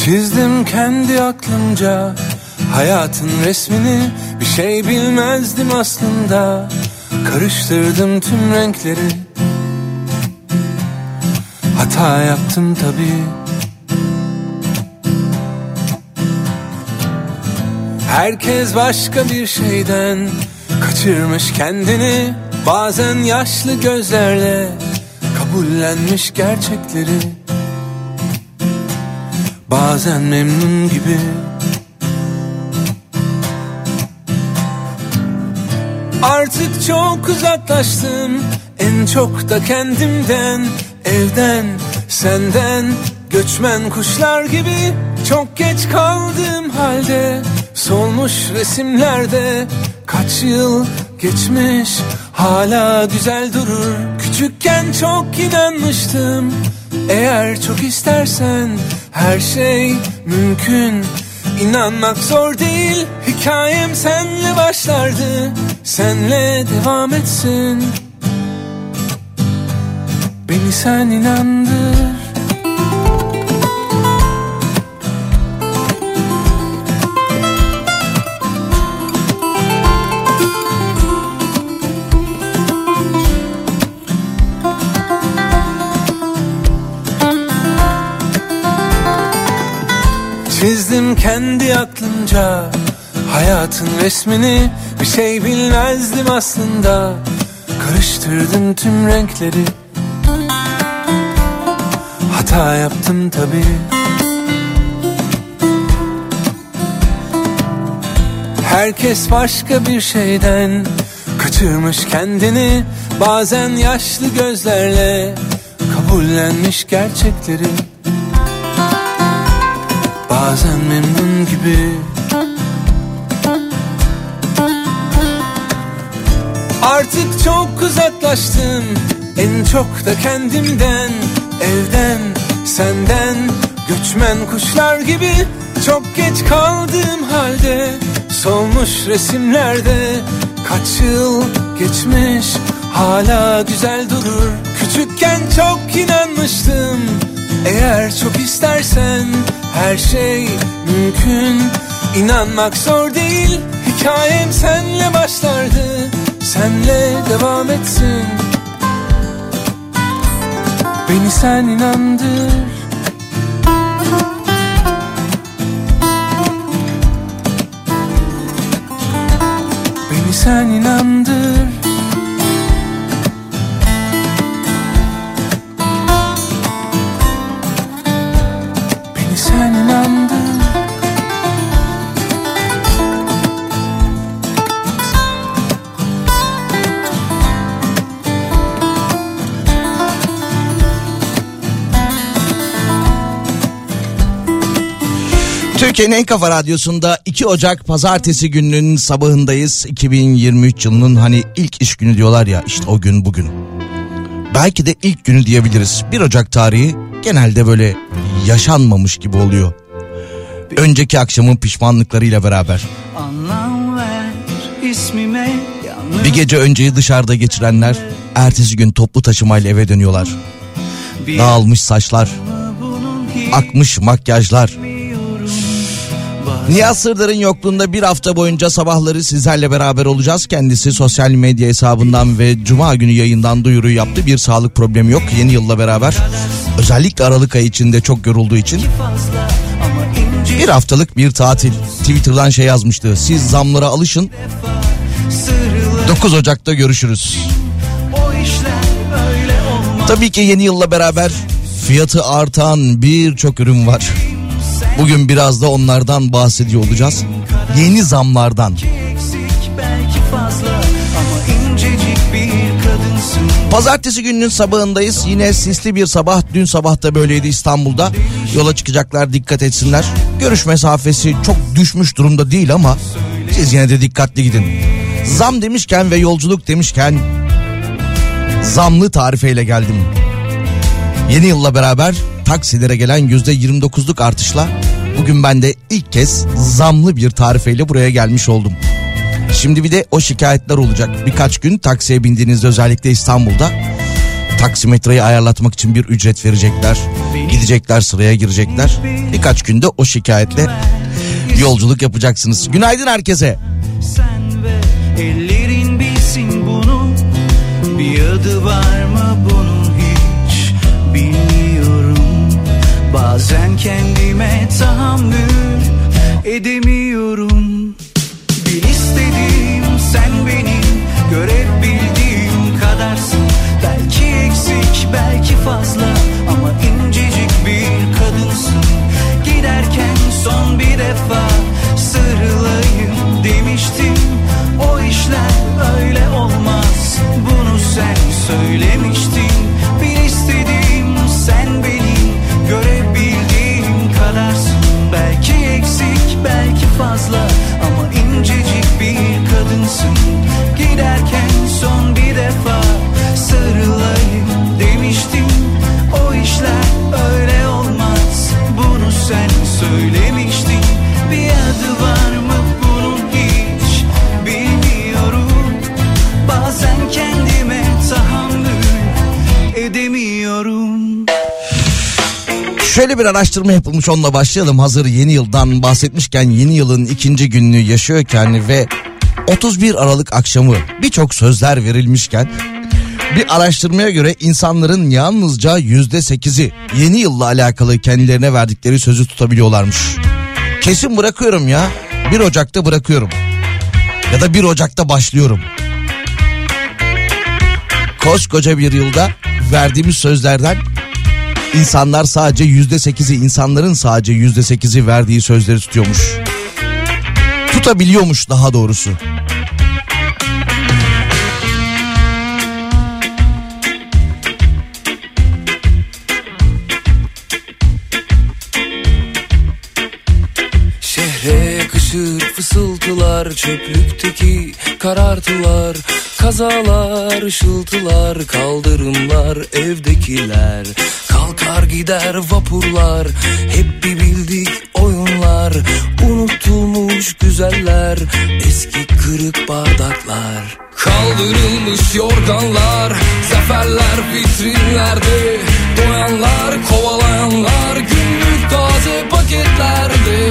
Çizdim kendi aklımca hayatın resmini, bir şey bilmezdim aslında. Karıştırdım tüm renkleri, hata yaptım tabii. Herkes başka bir şeyden kaçırmış kendini, bazen yaşlı gözlerle kabullenmiş gerçekleri, bazen memnun gibi. Artık çok uzaklaştım, en çok da kendimden, evden, senden, göçmen kuşlar gibi. Çok geç kaldığım halde solmuş resimlerde, kaç yıl geçmiş hala güzel durur. Küçükken çok inanmıştım, eğer çok istersen her şey mümkün. İnanmak zor değil, hikayem senle başlardı, senle devam etsin. Beni sen inandır. Çizdim kendi aklımca hayatın resmini, bir şey bilmezdim aslında. Karıştırdım tüm renkleri, hata yaptım tabii. Herkes başka bir şeyden kaçırmış kendini, bazen yaşlı gözlerle kabullenmiş gerçekleri, bazen memnun gibi. Artık çok uzaklaştım, en çok da kendimden, evden, senden, göçmen kuşlar gibi. Çok geç kaldığım halde solmuş resimlerde, kaç yıl geçmiş hala güzel durur. Küçükken çok inanmıştım, eğer çok istersen her şey mümkün. İnanmak zor değil, hikayem senle başlardı, senle devam etsin. Beni sen inandır. Beni sen inandır. Beni sen inandır. Türkiye'nin en kafa radyosunda 2 Ocak pazartesi gününün sabahındayız. 2023 yılının hani ilk iş günü diyorlar ya, işte o gün bugün. Belki de ilk günü diyebiliriz. 1 Ocak tarihi genelde böyle yaşanmamış gibi oluyor. Önceki akşamın pişmanlıklarıyla beraber. Bir gece önceyi dışarıda geçirenler ertesi gün toplu taşımayla eve dönüyorlar. Dağılmış saçlar, akmış makyajlar. Nihat Sırdar'ın yokluğunda bir hafta boyunca sabahları sizlerle beraber olacağız. Kendisi sosyal medya hesabından ve Cuma günü yayından duyuru yaptı. Bir sağlık problemi yok yeni yılla beraber. Özellikle Aralık ayı içinde çok yorulduğu için. Bir haftalık bir tatil. Twitter'dan şey yazmıştı. Siz zamlara alışın. 9 Ocak'ta görüşürüz. Tabii ki yeni yılla beraber fiyatı artan birçok ürün var. Bugün biraz da onlardan bahsediyor olacağız. Yeni zamlardan. Pazartesi gününün sabahındayız. Yine sisli bir sabah. Dün sabah da böyleydi İstanbul'da. Yola çıkacaklar dikkat etsinler. Görüş mesafesi çok düşmüş durumda değil ama siz yine de dikkatli gidin. Zam demişken ve yolculuk demişken zamlı tarifeyle geldim. Yeni yılla beraber taksilere gelen %29'luk artışla bugün ben de ilk kez zamlı bir tarifeyle buraya gelmiş oldum. Şimdi bir de o şikayetler olacak. Birkaç gün taksiye bindiğinizde özellikle İstanbul'da taksimetreyi ayarlatmak için bir ücret verecekler. Gidecekler, sıraya girecekler. Birkaç günde o şikayetle yolculuk yapacaksınız. Günaydın herkese. Sen ve ellerin bilsin bunu. Bir adı var mı bunun hiç bilmiyorum. Bazen kendime tahammül edemiyorum. Bil istediğim sen benim, görebildiğim kadarsın. Belki eksik, belki fazla ama incecik bir kadınsın. Giderken son bir defa sarılayım demiştim. O işler öyle olmaz, bunu sen söylemiştin. Bil istediğim sen benim, görebildiğim kadarsın. Belki eksik, belki fazla ama incecik bir kadınsın. Giderken son bir defa sarılayım demiştim. O işler öyle olmaz, bunu sen söylemiştin. Bir adı var mı bunun hiç bilmiyorum. Bazen kendime tahammül edemiyorum. Şöyle bir araştırma yapılmış, onunla başlayalım. Hazır yeni yıldan bahsetmişken, yeni yılın ikinci gününü yaşıyorken ve 31 Aralık akşamı birçok sözler verilmişken, bir araştırmaya göre insanların yalnızca %8'i yeni yılla alakalı kendilerine verdikleri sözü tutabiliyorlarmış. Kesin bırakıyorum ya, 1 Ocak'ta bırakıyorum ya da 1 Ocak'ta başlıyorum. Koskoca bir yılda verdiğimiz sözlerden insanlar sadece %8'i, insanların sadece %8'i verdiği sözleri tutuyormuş. Tutabiliyormuş daha doğrusu. Şehre yakışır fısıltılar, çöplükteki karartılar, kazalar, ışıltılar, kaldırımlar, evdekiler, kalkar gider vapurlar, hep bir bildik oyunlar, unutulmuş güzeller, eski kırık bardaklar. Kaldırılmış yorganlar, zaferler vitrinlerde, doyanlar, kovalayanlar, günlük taze paketlerde.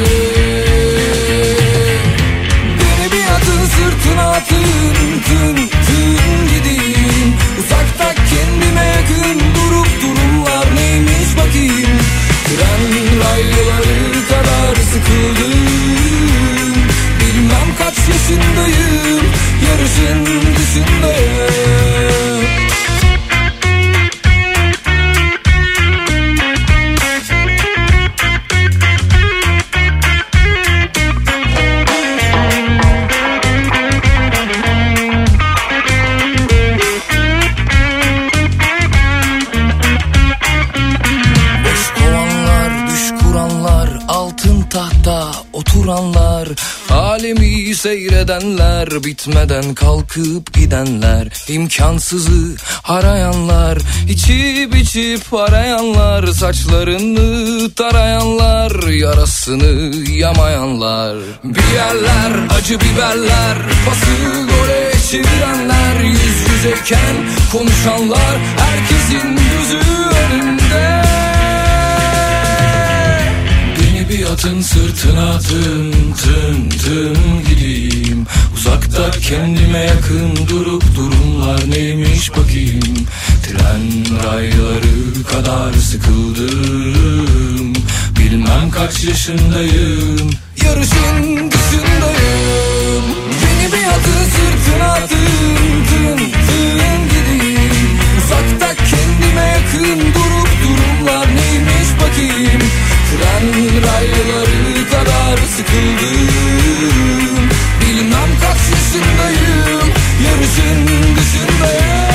Beni bir atın sırtına atın, tın tın gideyim. Uzakta kendime yakın durup durumlar neymiş bakayım. Tren rayları kadar sıkıldım. Bilmem kaç yaşındayım, yarışın dışındayım. Tahta oturanlar, alemi seyredenler, bitmeden kalkıp gidenler, imkansızı arayanlar, içip içip arayanlar, saçlarını tarayanlar, yarasını yamayanlar. Bir yerler acı biberler, pası gole çevirenler, yüz yüzeyken konuşanlar, herkesin gözü önünde. Bir atın sırtına tın tın tın gideyim. Uzakta kendime yakın durup durumlar neymiş bakayım. Tren rayları kadar sıkıldım. Bilmem kaç yaşındayım, yarışın dışındayım. Beni bir atın sırtına tın tın tın gideyim. Uzakta kendime yakın durup durumlar neymiş bakayım. Tren rayları kadar sıkıldım. Bilmem kaç yaşındayım, yarışın dışındayım.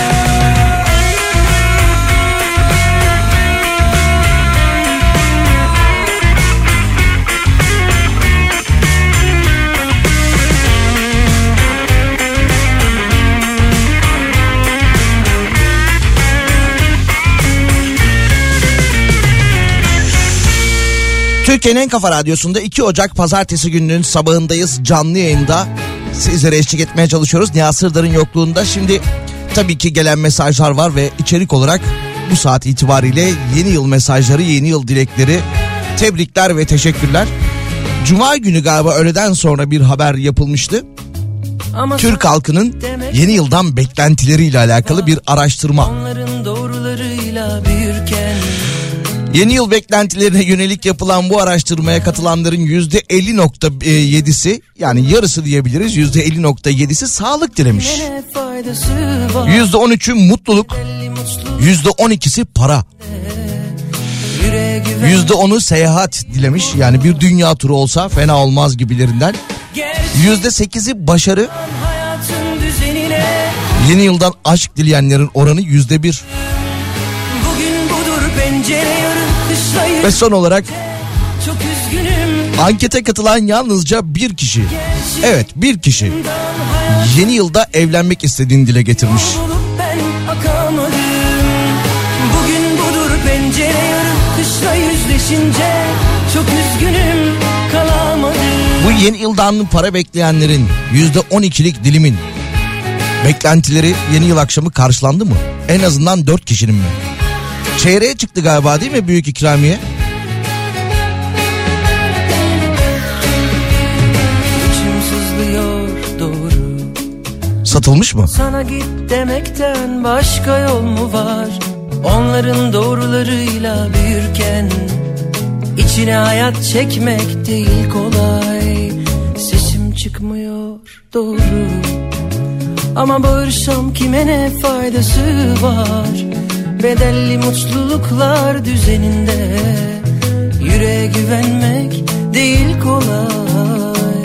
Türkiye'nin en kafa radyosunda 2 Ocak pazartesi gününün sabahındayız. Canlı yayında sizlere eşlik etmeye çalışıyoruz. Nihat Sırdar'ın yokluğunda. Şimdi tabii ki gelen mesajlar var ve içerik olarak bu saat itibariyle yeni yıl mesajları, yeni yıl dilekleri, tebrikler ve teşekkürler. Cuma günü galiba öğleden sonra bir haber yapılmıştı. Ama Türk halkının yeni yıldan beklentileriyle alakalı bir araştırma. Yeni yıl beklentilerine yönelik yapılan bu araştırmaya katılanların %50.7'si, yani yarısı diyebiliriz, %50.7'si sağlık dilemiş. %13'ü mutluluk, %12'si para, %10'u seyahat dilemiş, yani bir dünya turu olsa fena olmaz gibilerinden. %8'i başarı. Yeni yıldan aşk dileyenlerin oranı %1. Ve son olarak ankete katılan yalnızca bir kişi, evet bir kişi, yeni yılda evlenmek istediğini dile getirmiş. Bugün budur pencere yarın, kışla yüzleşince çok üzgünüm, kalamadım. Bu yeni yıldan para bekleyenlerin %12'lik dilimin beklentileri yeni yıl akşamı karşılandı mı? En azından 4 kişinin mi? Çeyreğe çıktı galiba, değil mi büyük ikramiye? İçim sızlıyor doğru. Satılmış mı? Sana git demekten başka yol mu var? Onların doğrularıyla büyürken içine hayat çekmek değil kolay. Sesim çıkmıyor doğru, ama bağırsam kime ne faydası var? Bedelli mutluluklar düzeninde yüreğe güvenmek değil kolay.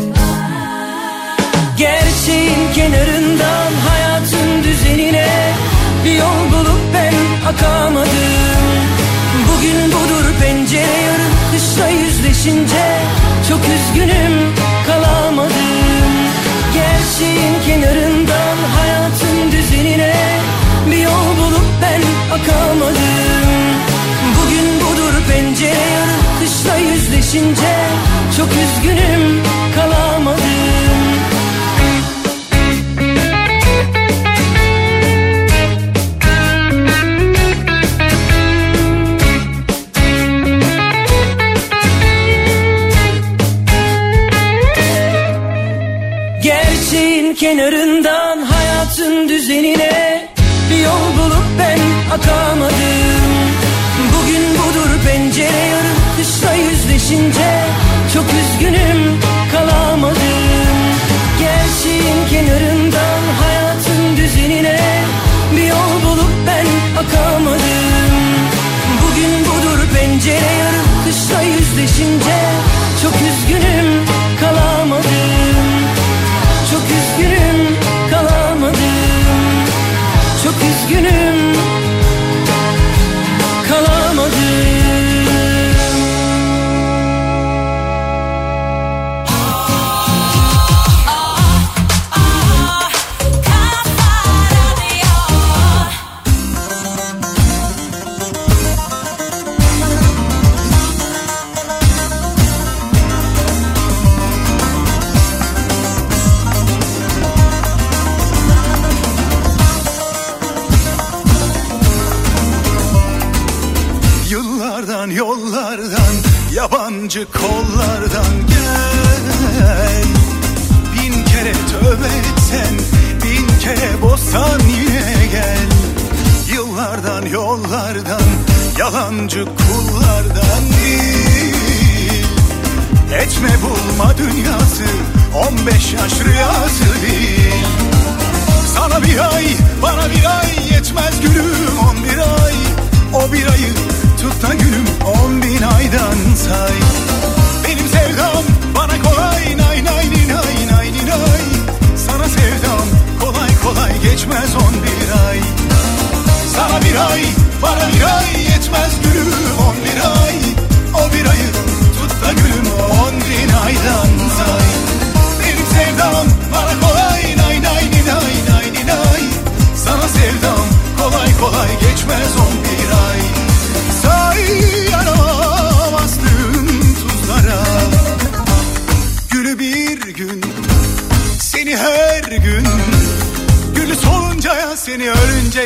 Gerçeğin kenarından hayatın düzenine bir yol bulup ben akamadım. Bugün budur pencere yarın, kışla yüzleşince çok üzgünüm, kalamadım. Gerçeğin kenarından hayatın düzenine bir yol bulup ben akamadım. Bugün budur pencere yarın, kışla yüzleşince çok üzgünüm, kalamadım. Gerçeğin kenarından hayatın düzenine bir yol bulup ben akamadım. Bugün budur pencere yarın, kışla yüzleşince çok üzgünüm, kalamadım. Gerçeğin kenarından hayatın düzenine bir yol bulup ben akamadım. Bugün budur pencere yarın, kışla yüzleşince çok üzgünüm, kalamadım. Çok üzgünüm, kalamadım. Çok üzgünüm, kalamadım. Yollardan, yabancı kollardan gel. Bin kere tövbe etsen, bin kere bozsan yine gel. Yıllardan, yollardan, yalancı kullardan değil. Etme bulma dünyası, 15 yaş rüyası değil. Sana bir ay, bana bir ay yetmez gülüm, 11 ay. O bir ayı tut da gülüm 10.000 aydan say. Benim sevdam bana kolay, nay nay nay nay nay. Sana sevdam kolay kolay geçmez 11 ay. Sana bir ay, bana bir ay yetmez gülüm 11 ay. O bir ayı tut da gülüm 10.000 aydan say. Benim sevdam bana kolay, nay nay nay nay nay. Sana sevdam kolay kolay geçmez 11 ay. Say yaramazdım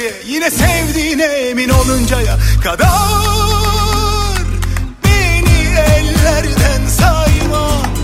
yine sevdiğine emin oluncaya kadar beni ellerden sayma.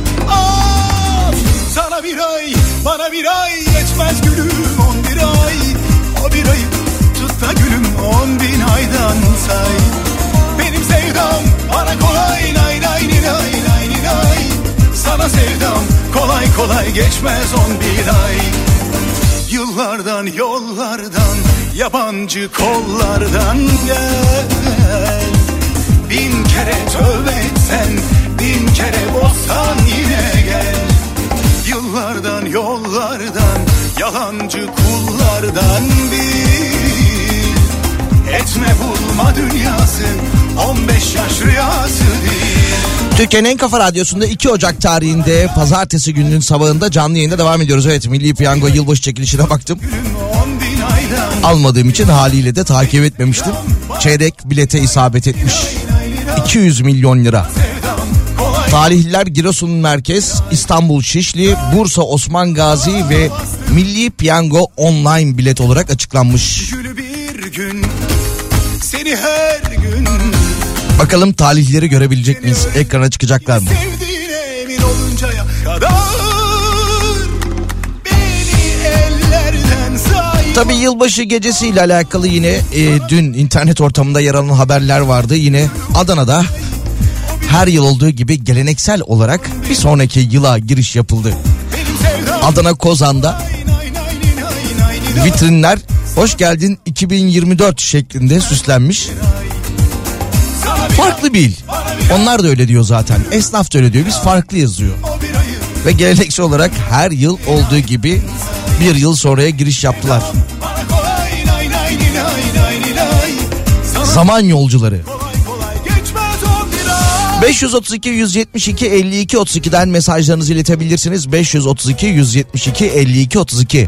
Sana bir ay, bana bir ay yetmez gülüm, 11 ay. O bir ayı tut da gülüm 10.000 aydan say. Benim sevdam bana kolay, nay nay nay nay nay. Sana sevdam kolay kolay geçmez 11 ay. Yıllardan yollardan yabancı kollardan gel. 1000 kere tövbe etsen, 1000 kere bozsan yine gel. Yıllardan yollardan yalancı kullardan bil. Etme bulma dünyası 15 yaş rüyası değil. Türkiye'nin en kafa radyosunda 2 Ocak tarihinde pazartesi gününün sabahında canlı yayında devam ediyoruz. Evet, Milli Piyango yılbaşı çekilişine baktım. Almadığım için haliyle de takip etmemiştim. Çeyrek bilete isabet etmiş. 200 milyon lira. Talihliler Giresun Merkez, İstanbul Şişli, Bursa Osman Gazi ve Milli Piyango online bilet olarak açıklanmış. Seni her gün bakalım talihleri görebilecek miyiz? Ekrana çıkacaklar mı? Tabii yılbaşı gecesiyle alakalı yine dün internet ortamında yer alan haberler vardı. Yine Adana'da her yıl olduğu gibi geleneksel olarak bir sonraki yıla giriş yapıldı. Adana Kozan'da vitrinler "Hoş geldin 2024" şeklinde süslenmiş. Farklı bir yıl. Onlar da öyle diyor zaten. Esnaf da öyle diyor. Biz farklı yazıyor. Ve geleneksel olarak her yıl olduğu gibi bir yıl sonraya giriş yaptılar. Zaman yolcuları. 532 172 52 32'den mesajlarınızı iletebilirsiniz. 532 172 52 32.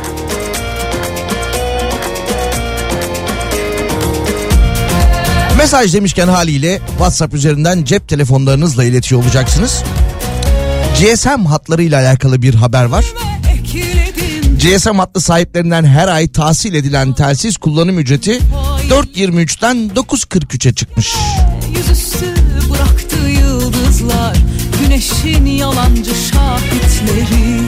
Mesaj demişken haliyle WhatsApp üzerinden cep telefonlarınızla iletiyor olacaksınız. GSM hatlarıyla alakalı bir haber var. GSM hattı sahiplerinden her ay tahsil edilen telsiz kullanım ücreti 4.23'ten 9.43'e çıkmış. Yüzüstü bıraktı yıldızlar, güneşin yalancı şahitleri.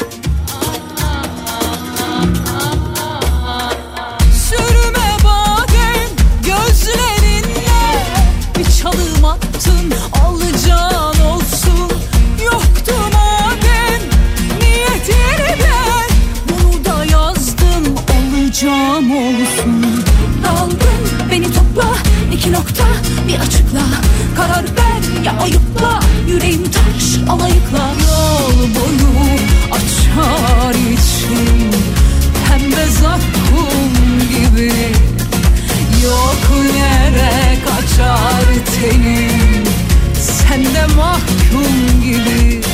Sürme badem gözlerinle, bir çalım attın alacağın olsun. Yoktu madem niyetini de, bunu da yazdım olacağım olsun. Aldın beni topla, 2 nokta bir açıkla. Karar ver ya ayıpla, yüreğim taş alayıkla. Yol boyu açar için pembe zakkum gibi. Yok yere kaçar tenim, sen de mahkum gibi.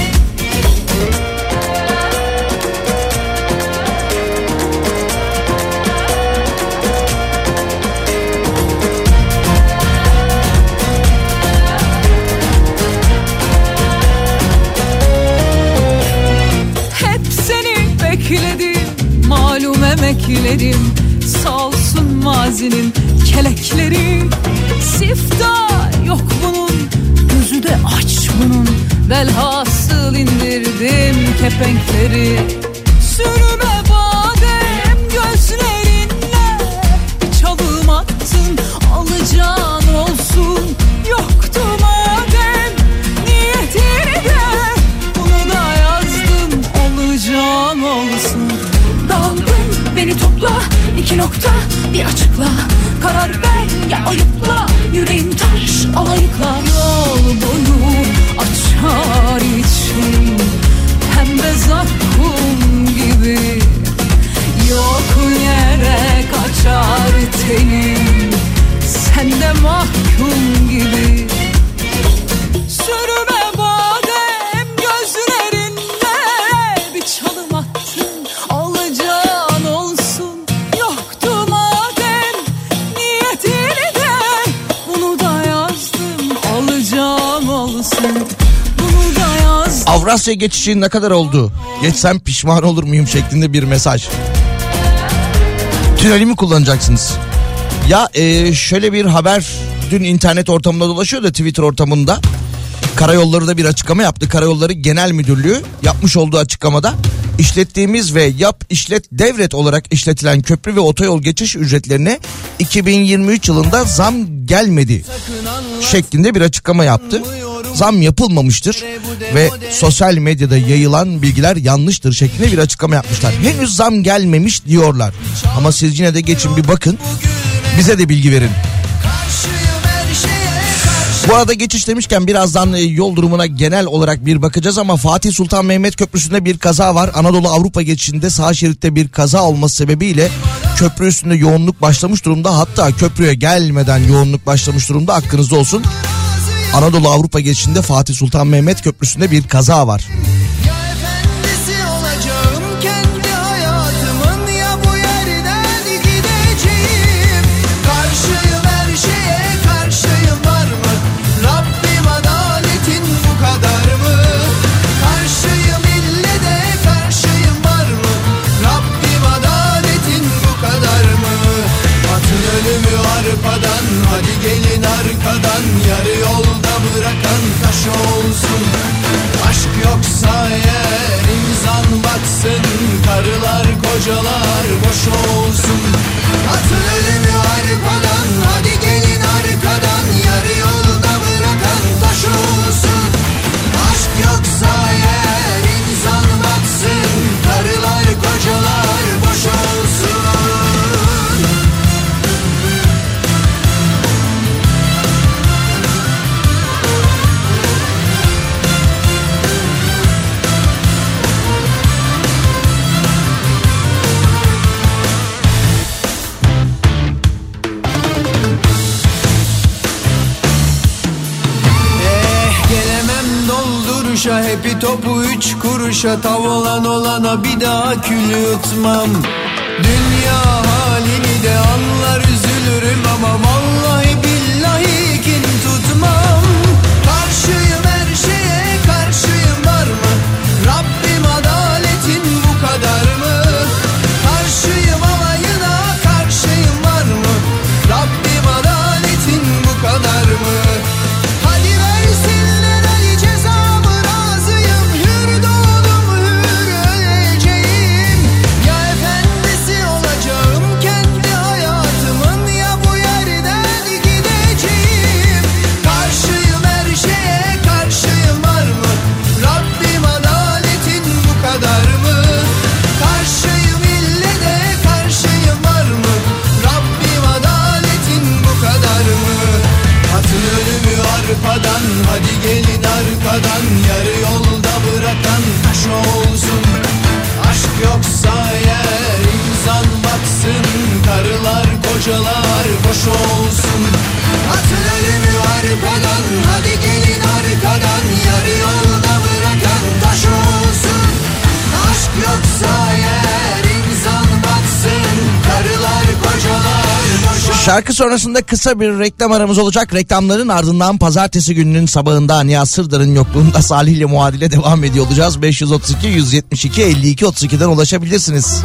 Bekledim, malum emeklerim, sağ olsun mazinin kelekleri. Siftah yok bunun, gözü de aç bunun, velhasıl indirdim kepenkleri. Sürme badem gözlerinle, bir çalım attın alacağın olsun. Yoktu madem niyetini de, bunu da yazdım olacağım olsun. Daldın beni topla, 2 nokta bir açıkla. Karar ver ya ayıpla, yüreğim taş alayıkla. Yol boyu açar için pembe zakkum gibi. Yok yere kaçar tenim, sen de mahkum gibi. Sürme badem gözlerinle, bir çalım attın alacağın olsun. Yoktu madem niyetini de, bunu da yazdım alacağım olsun. Bunu da yazdım. Avrasya geçişi ne kadar oldu? Geçsem pişman olur muyum şeklinde bir mesaj. Tüneli mi kullanacaksınız? Ya şöyle bir haber dün internet ortamında dolaşıyor da, Twitter ortamında. Karayolları da bir açıklama yaptı. Karayolları Genel Müdürlüğü yapmış olduğu açıklamada işlettiğimiz ve yap işlet devret olarak işletilen köprü ve otoyol geçiş ücretlerine 2023 yılında zam gelmedi şeklinde bir açıklama yaptı. Zam yapılmamıştır ve sosyal medyada yayılan bilgiler yanlıştır şeklinde bir açıklama yapmışlar. Henüz zam gelmemiş diyorlar. Ama siz yine de geçin bir bakın, bize de bilgi verin. Bu arada geçiş demişken birazdan yol durumuna genel olarak bir bakacağız ama Fatih Sultan Mehmet Köprüsü'nde bir kaza var. Anadolu Avrupa geçişinde sağ şeritte bir kaza olması sebebiyle köprü üstünde yoğunluk başlamış durumda. Hatta köprüye gelmeden yoğunluk başlamış durumda, aklınızda olsun. Anadolu Avrupa geçişinde Fatih Sultan Mehmet Köprüsü'nde bir kaza var. Hadi gelin arkadan, yarı yolda bırakan taş olsun. Aşk yoksa eğer insan batsın, karılar kocalar boş olsun. Atın ölümü arkadan, hadi gelin arkadan, yarı yolda bırakan taş olsun. Aşk yoksa eğer insan batsın, karılar kocalar boş olsun. Hepi topu 3 kuruşa, tavlan olana bir daha kül yutmam. Dünya halini de anlar üzülürüm ama vallahi billahi kin tutmam. Karşıyım her şeye, karşıyım var mı? Rabbim adaletin bu kadar mı? Karşıyım alayına, karşıyım var mı? Rabbim adaletin bu kadar mı? Hadi versinler Ali cezamı, razıyım. Hür doğdum, hür öleceğim. Ya efendisi olacağım kendi hayatımın, ya bu yerden gideceğim. Karşıyım her şeye, karşıyım var mı? Rabbim adaletin bu kadar mı? Karşıyım ille de, karşıyım var mı? Rabbim adaletin bu kadar mı? Atın ölümü arkadan, hadi gelin arkadan, yarı yolda bırakan taş olsun. Aşk yoksa eğer insan batsın, karılar kocalar boş olsun. Atın ölümü arkadan, hadi gelin arkadan, yarı yolda bırakan taş olsun. Aşk yoksa eğer insan batsın, karılar kocalar boş olsun. Şarkı sonrasında kısa bir reklam aramız olacak. Reklamların ardından pazartesi gününün sabahında Nihat Sırdar'ın yokluğunda Salih ile Muadil'e devam ediyor olacağız. 532 172 52 32'den ulaşabilirsiniz.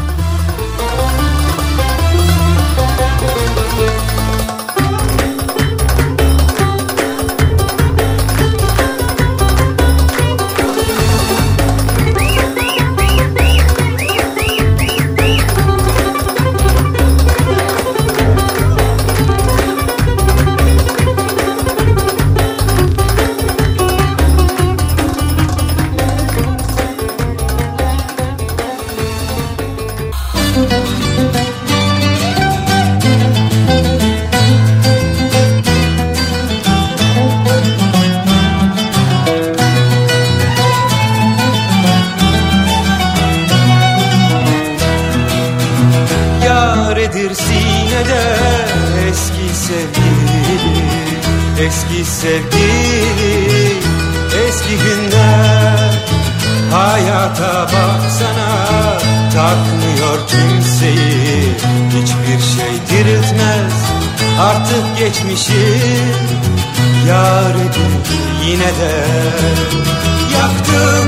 Eski sevgili, eski günler. Hayata baksana, takmıyor kimseyi. Hiçbir şey diriltmez artık geçmişi. Yar edildi yine de. Yaktığım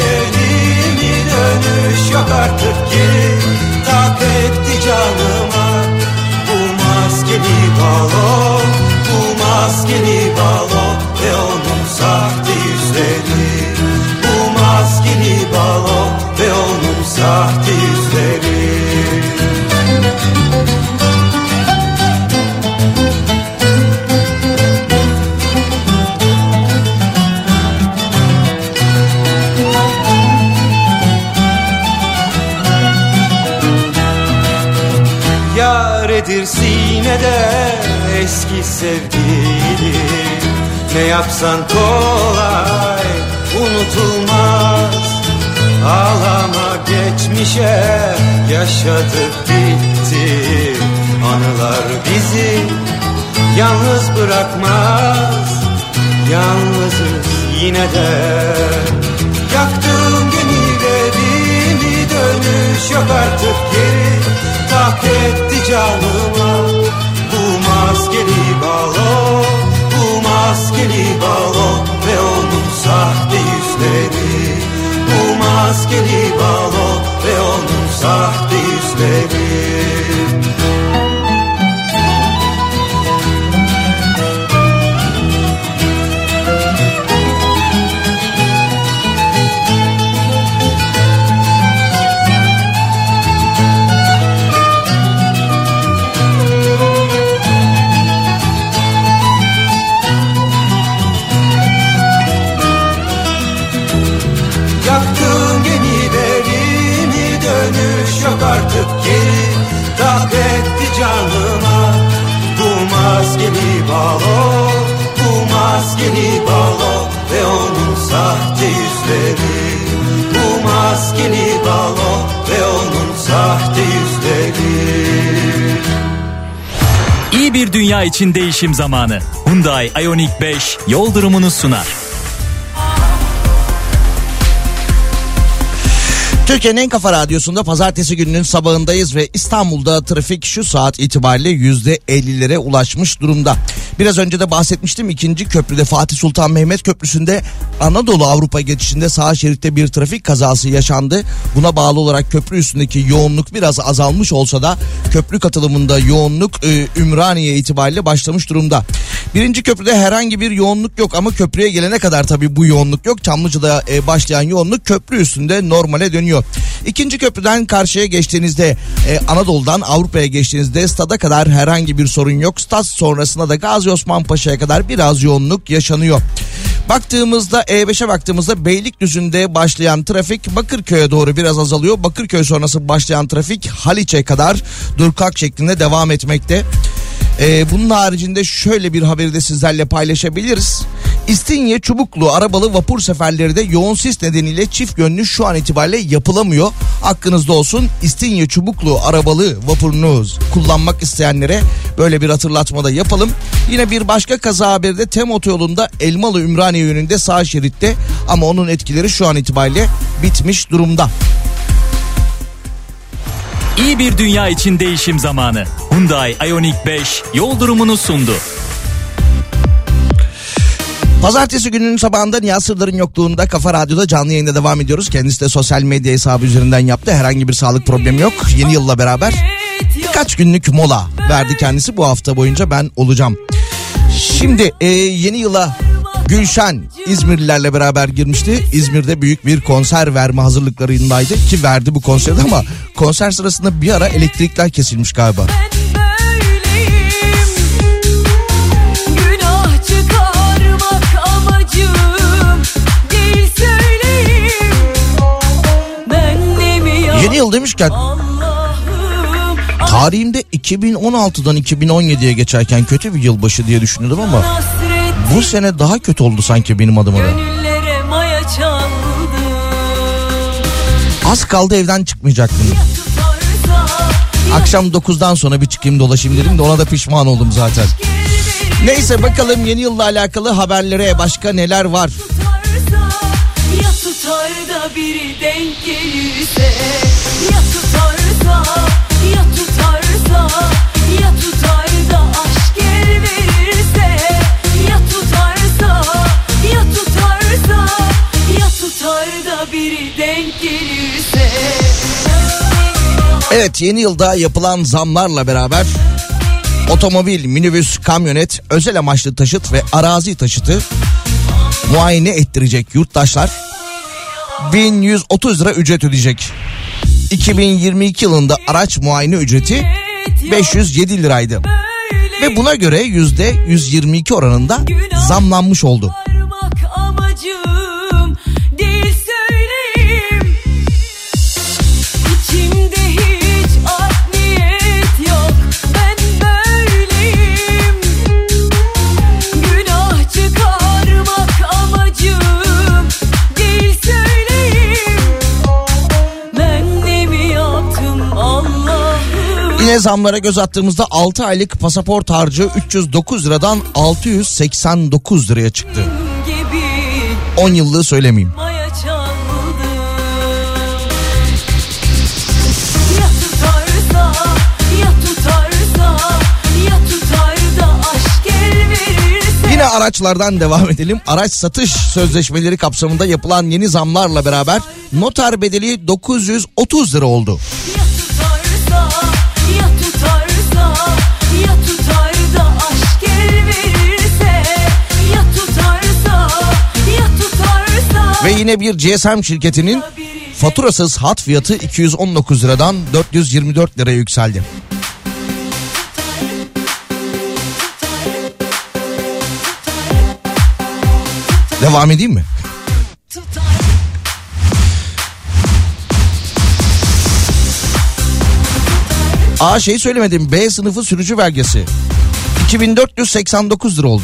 gemilerimi, dönüş yok artık geri. Tak etti canıma balo, bu maskeli balo ve onun sahte yüzleri. Bu maskeli balo ve onun sahte yüzleri. Yaredir sinede eski sevgili, ne yapsan kolay unutulmaz. Ağlama geçmişe, yaşadık bitti. Anılar bizi yalnız bırakmaz. Yalnızız yine de. Yaktığım gemilerimi dönüş yok artık geri. Tak etti canıma bu maskeli balo, bu maskeli balo ve onun sahte yüzleri. Bu maskeli balo ve onun sahte yüzleri. Yaktığım gemilerimi dönüş yok artık geri. Tak etti canıma bu maskeli balo, bu maskeli balo ve onun sahte yüzleri. Bu maskeli balo ve onun sahte yüzleri. İyi bir dünya için değişim zamanı. Hyundai Ioniq 5 yol durumunu sunar. Türkiye'nin en kafa radyosunda pazartesi gününün sabahındayız ve İstanbul'da trafik şu saat itibariyle %50'lere ulaşmış durumda. Biraz önce de bahsetmiştim, ikinci köprüde Fatih Sultan Mehmet Köprüsü'nde Anadolu Avrupa geçişinde sağ şeritte bir trafik kazası yaşandı. Buna bağlı olarak köprü üstündeki yoğunluk biraz azalmış olsa da köprü katılımında yoğunluk Ümraniye itibariyle başlamış durumda. Birinci köprüde herhangi bir yoğunluk yok ama köprüye gelene kadar tabii bu yoğunluk yok. Çamlıca'da başlayan yoğunluk köprü üstünde normale dönüyor. İkinci köprüden karşıya geçtiğinizde Anadolu'dan Avrupa'ya geçtiğinizde stada kadar herhangi bir sorun yok. Stad sonrasında da Gazi Osman Paşa'ya kadar biraz yoğunluk yaşanıyor. Baktığımızda E5'e baktığımızda Beylikdüzü'nde başlayan trafik Bakırköy'e doğru biraz azalıyor. Bakırköy sonrası başlayan trafik Haliç'e kadar dur-kalk şeklinde devam etmekte. Bunun haricinde şöyle bir haberi de sizlerle paylaşabiliriz. İstinye Çubuklu arabalı vapur seferleri de yoğun sis nedeniyle çift yönlü şu an itibariyle yapılamıyor. Aklınızda olsun, İstinye Çubuklu arabalı vapurunuz kullanmak isteyenlere böyle bir hatırlatma da yapalım. Yine bir başka kaza haberi de Tem Otoyolu'nda Elmalı Ümraniye yönünde sağ şeritte ama onun etkileri şu an itibariyle bitmiş durumda. İyi bir dünya için değişim zamanı. Hyundai Ioniq 5 yol durumunu sundu. Pazartesi gününün sabahında Nihat Sırdar'ın yokluğunda Kafa Radyo'da canlı yayında devam ediyoruz. Kendisi de sosyal medya hesabı üzerinden yaptı. Herhangi bir sağlık problemi yok. Yeni yılla beraber birkaç günlük mola verdi kendisi. Bu hafta boyunca ben olacağım. Şimdi yeni yıla Gülşen İzmirlilerle beraber girmişti. İzmir'de büyük bir konser verme hazırlıklarındaydı ki verdi bu konserde ama konser sırasında bir ara elektrikler kesilmiş galiba. Yeni yıl demişken tarihimde 2016'dan 2017'ye geçerken kötü bir yılbaşı diye düşünüyordum ama bu sene daha kötü oldu sanki benim adıma da. Az kaldı evden çıkmayacaktım. Akşam 9'dan sonra bir çıkayım dolaşayım dedim de ona da pişman oldum zaten. Neyse bakalım yeni yılla alakalı haberlere başka neler var? Ya tutar da biri denk gelirse, ya tutarsa, ya tutarsa, ya tutar da aşk el verirse, ya tutarsa, ya tutarsa, ya tutar da biri denk gelirse. Evet, yeni yılda yapılan zamlarla beraber Otomobil, minibüs, kamyonet, özel amaçlı taşıt ve arazi taşıtı muayene ettirecek yurttaşlar 1130 lira ücret ödeyecek. 2022 yılında araç muayene ücreti 507 liraydı. Ve buna göre %122 oranında zamlanmış oldu. Yine zamlara göz attığımızda 6 aylık pasaport harcı 309 liradan 689 liraya çıktı. 10 yıllığı söylemeyeyim. Yine araçlardan devam edelim. Araç satış sözleşmeleri kapsamında yapılan yeni zamlarla beraber noter bedeli 930 lira oldu. Ve yine bir GSM şirketinin faturasız hat fiyatı 219 liradan 424 liraya yükseldi. Devam edeyim mi? Söylemedim. B sınıfı sürücü belgesi 2489 lira oldu.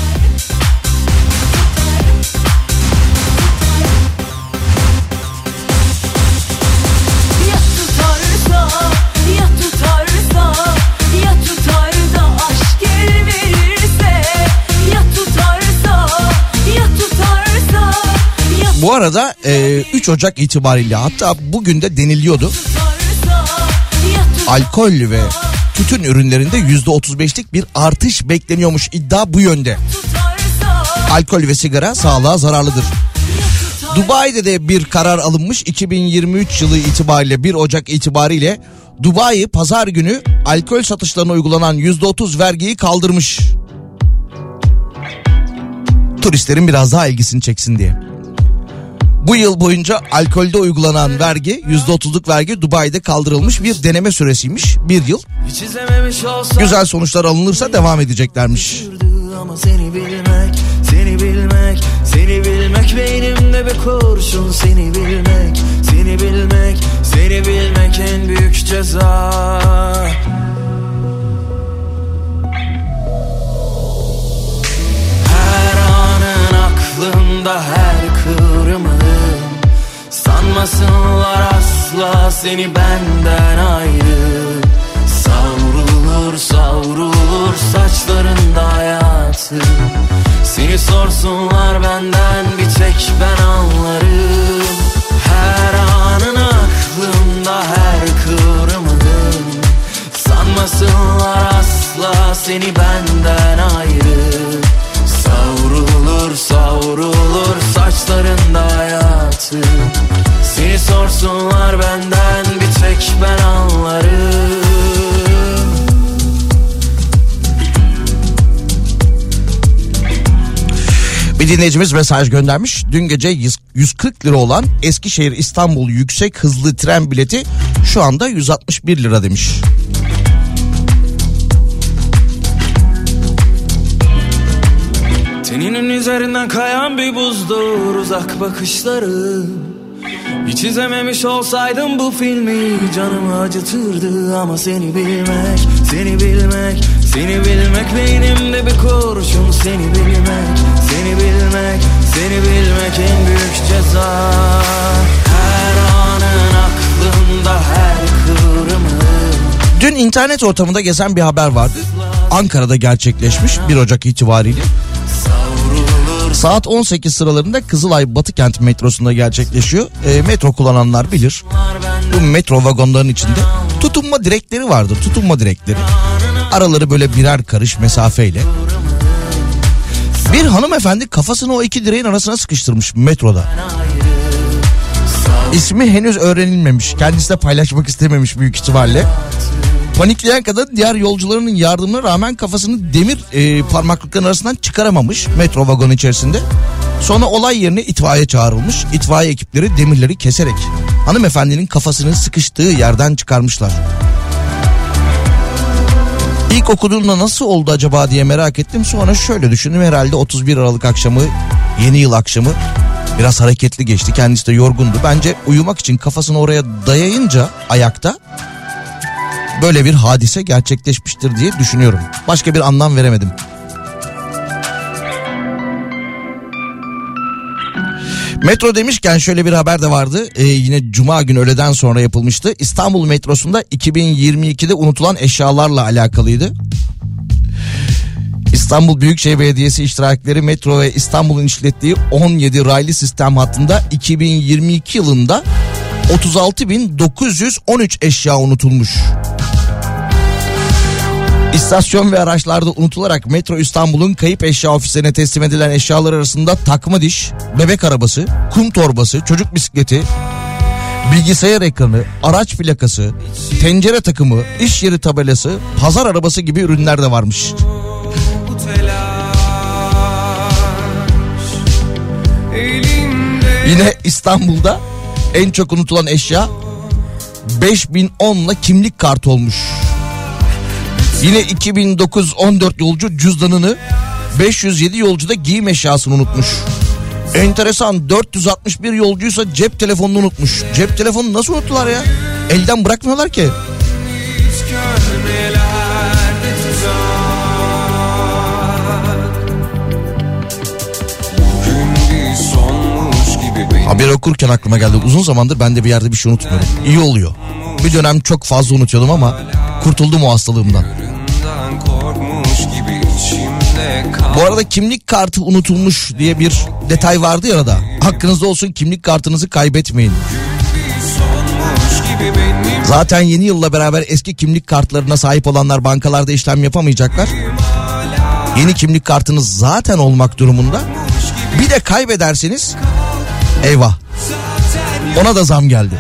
Bu arada 3 Ocak itibariyle, hatta bugün de deniliyordu, alkol ve tütün ürünlerinde %35'lik bir artış bekleniyormuş. İddia bu yönde. Alkol ve sigara sağlığa zararlıdır. Dubai'de de bir karar alınmış. 2023 yılı itibariyle 1 Ocak itibariyle Dubai pazar günü alkol satışlarına uygulanan %30 vergiyi kaldırmış. Turistlerin biraz daha ilgisini çeksin diye. Bu yıl boyunca alkolde uygulanan vergi, %30'luk vergi Dubai'de kaldırılmış, bir deneme süresiymiş. 1 yıl. Güzel sonuçlar alınırsa devam edeceklermiş. Ama seni bilmek beynimde bir kurşun. Seni bilmek en büyük ceza. Her anın aklımda, her kıvrımın. Sanmasınlar asla seni benden ayrı. Savrulur saçlarında hayatı. Seni sorsunlar benden, bir tek ben anlarım. Her anın aklımda, her kıvrımın. Sanmasınlar asla seni benden ayrı. Savrulur saçlarında hayatı. Seni sorsunlar benden, bir tek ben anlarım. Bir dinleyicimiz mesaj göndermiş. Dün gece 140 lira olan Eskişehir İstanbul yüksek hızlı tren bileti şu anda 161 lira demiş. Teninin üzerinden kayan bir buzdur uzak bakışları. Hiç izlememiş olsaydım bu filmi canımı acıtırdı. Ama seni bilmek beynimde bir kurşun. Seni bilmek en büyük ceza. Her anın aklımda, her kıvrımın. Dün internet ortamında gezen bir haber vardı. Ankara'da gerçekleşmiş 1 Ocak itibariyle. Saat 18 sıralarında Kızılay Batıkent metrosunda gerçekleşiyor. Metro kullananlar bilir. Bu metro vagonlarının içinde tutunma direkleri vardır. Tutunma direkleri. Araları böyle birer karış mesafeyle. Bir hanımefendi kafasını o iki direğin arasına sıkıştırmış metroda. İsmi henüz öğrenilmemiş. Kendisi de paylaşmak istememiş büyük ihtimalle. Panikleyen kadın diğer yolcularının yardımına rağmen kafasını demir parmaklıkların arasından çıkaramamış metro vagonu içerisinde. Sonra olay yerine itfaiye çağrılmış. İtfaiye ekipleri demirleri keserek hanımefendinin kafasını sıkıştığı yerden çıkarmışlar. İlk okuduğumda nasıl oldu acaba diye merak ettim. Sonra şöyle düşündüm, herhalde 31 Aralık akşamı, yeni yıl akşamı biraz hareketli geçti. Kendisi de yorgundu. Bence uyumak için kafasını oraya dayayınca ayakta böyle bir hadise gerçekleşmiştir diye düşünüyorum. Başka bir anlam veremedim. Metro demişken şöyle bir haber de vardı. Yine Cuma günü öğleden sonra yapılmıştı. İstanbul metrosunda 2022'de unutulan eşyalarla alakalıydı. İstanbul Büyükşehir Belediyesi iştirakleri metro ve İstanbul'un işlettiği 17 raylı sistem hattında 2022 yılında 36.913 eşya unutulmuş. İstasyon ve araçlarda unutularak Metro İstanbul'un kayıp eşya ofislerine teslim edilen eşyalar arasında takma diş, bebek arabası, kum torbası, çocuk bisikleti, bilgisayar ekranı, araç plakası, tencere takımı, iş yeri tabelası, pazar arabası gibi ürünler de varmış. Yine İstanbul'da en çok unutulan eşya 5010'la kimlik kartı olmuş. Yine 2914 yolcu cüzdanını, 507 yolcu da giyim eşyasını unutmuş. Enteresan, 461 yolcuysa cep telefonunu unutmuş. Cep telefonu nasıl unuttular ya? Elden bırakmıyorlar ki. Haber okurken aklıma geldi. Uzun zamandır ben de bir yerde bir şey unutmuyorum. İyi oluyor. Bir dönem çok fazla unutuyordum ama kurtuldum o hastalığımdan. Bu arada kimlik kartı unutulmuş diye bir detay vardı ya da. Hakkınızda olsun, kimlik kartınızı kaybetmeyin. Zaten yeni yılla beraber eski kimlik kartlarına sahip olanlar bankalarda işlem yapamayacaklar. Yeni kimlik kartınız zaten olmak durumunda. Bir de kaybederseniz eyvah. Ona da zam geldi.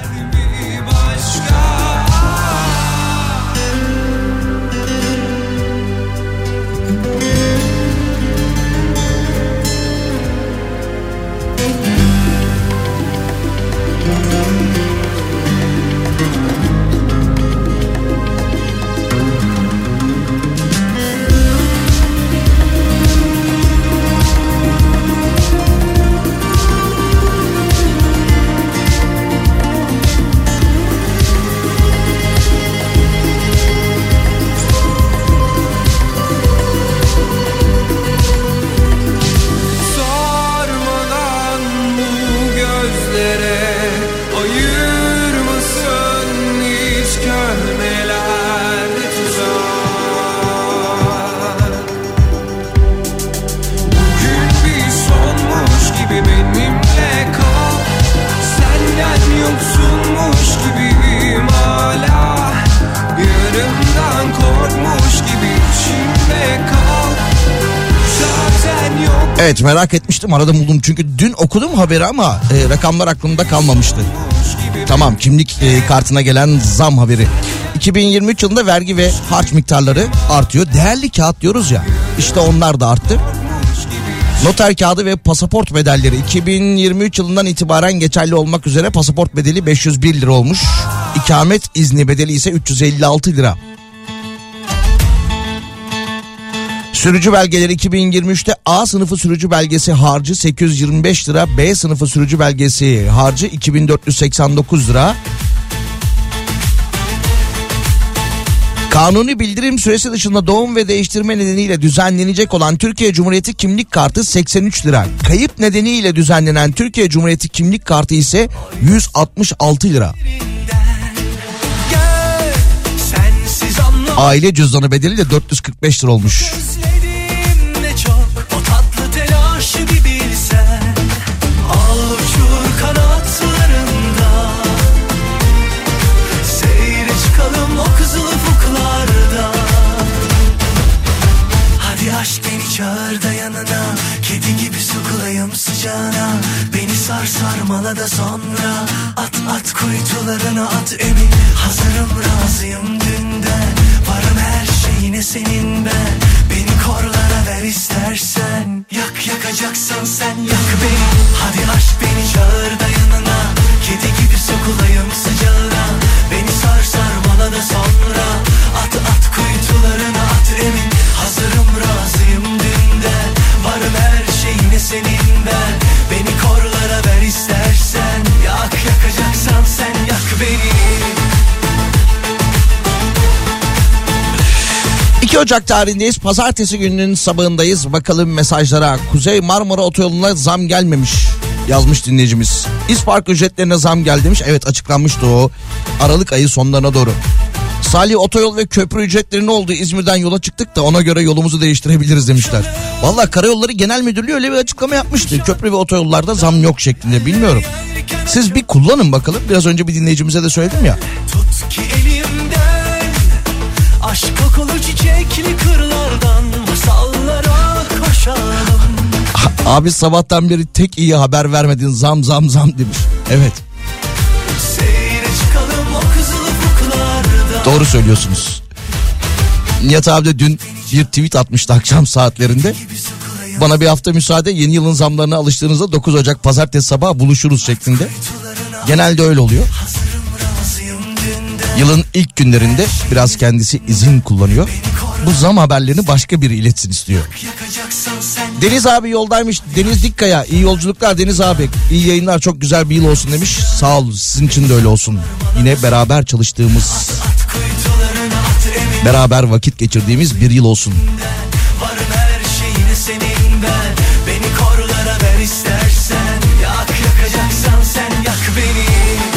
Evet, merak etmiştim, arada buldum çünkü dün okudum haberi ama rakamlar aklımda kalmamıştı. Tamam, kimlik kartına gelen zam haberi. 2023 yılında vergi ve harç miktarları artıyor. Değerli kağıt diyoruz ya, işte onlar da arttı. Noter kağıdı ve pasaport bedelleri 2023 yılından itibaren geçerli olmak üzere pasaport bedeli 501 lira olmuş. İkamet izni bedeli ise 356 lira. Sürücü belgeleri 2023'te A sınıfı sürücü belgesi harcı 825 lira, B sınıfı sürücü belgesi harcı 2489 lira. Kanuni bildirim süresi dışında doğum ve değiştirme nedeniyle düzenlenecek olan Türkiye Cumhuriyeti kimlik kartı 83 lira. Kayıp nedeniyle düzenlenen Türkiye Cumhuriyeti kimlik kartı ise 166 lira. Aile cüzdanı bedeli de 445 lira olmuş. Aşk beni çağır da yanına, kedi gibi sokulayım sıcağına. Beni sar sarmala da sonra at at kuytularına at emin. Hazırım razıyım dünden, yine senin ben. Beni korlara ver istersen. Yak yakacaksan sen yak beni. Hadi aşk beni çağır da yanına. Kedi gibi sokulayım sıcağına. Beni sar sarmala da sonra. At at kuytularına at emin. Hazırım razıyım dünden. Varım her şeyine senin ben. Beni korlara ver istersen. Yak yakacaksan sen yak beni. 2 Ocak tarihindeyiz. Pazartesi gününün sabahındayız. Bakalım mesajlara. Kuzey Marmara Otoyolu'na zam gelmemiş yazmış dinleyicimiz. İspark ücretlerine zam geldi demiş. Evet, açıklanmıştı o Aralık ayı sonlarına doğru. Salih, otoyol ve köprü ücretleri ne oldu? İzmir'den yola çıktık da ona göre yolumuzu değiştirebiliriz demişler. Vallahi Karayolları Genel Müdürlüğü öyle bir açıklama yapmıştı. Köprü ve otoyollarda zam yok şeklinde, bilmiyorum. Siz bir kullanın bakalım. Biraz önce bir dinleyicimize de söyledim ya. Tut ki elimden aşk kokulu çiçekli kırlardan masallara koşalım. Abi sabahtan beri tek iyi haber vermedin, zam zam zam demiş. Evet. Seyre çıkalım o kızıl ufuklarda. Doğru söylüyorsunuz. Nihat abi de dün bir tweet atmıştı akşam saatlerinde. Bana bir hafta müsaade, yeni yılın zamlarına alıştığınızda 9 Ocak pazartesi sabahı buluşuruz şeklinde. Genelde öyle oluyor. Yılın ilk günlerinde biraz kendisi izin kullanıyor. Bu zam haberlerini başka biri iletsin istiyor. Deniz abi yoldaymış. Deniz Dikkaya, iyi yolculuklar Deniz abi. İyi yayınlar, çok güzel bir yıl olsun demiş. Sağ ol, sizin için de öyle olsun. Yine beraber çalıştığımız, beraber vakit geçirdiğimiz bir yıl olsun. Varım her şeyine senin ben. Beni korlara ver istersen. Yak yakacaksan sen yak beni.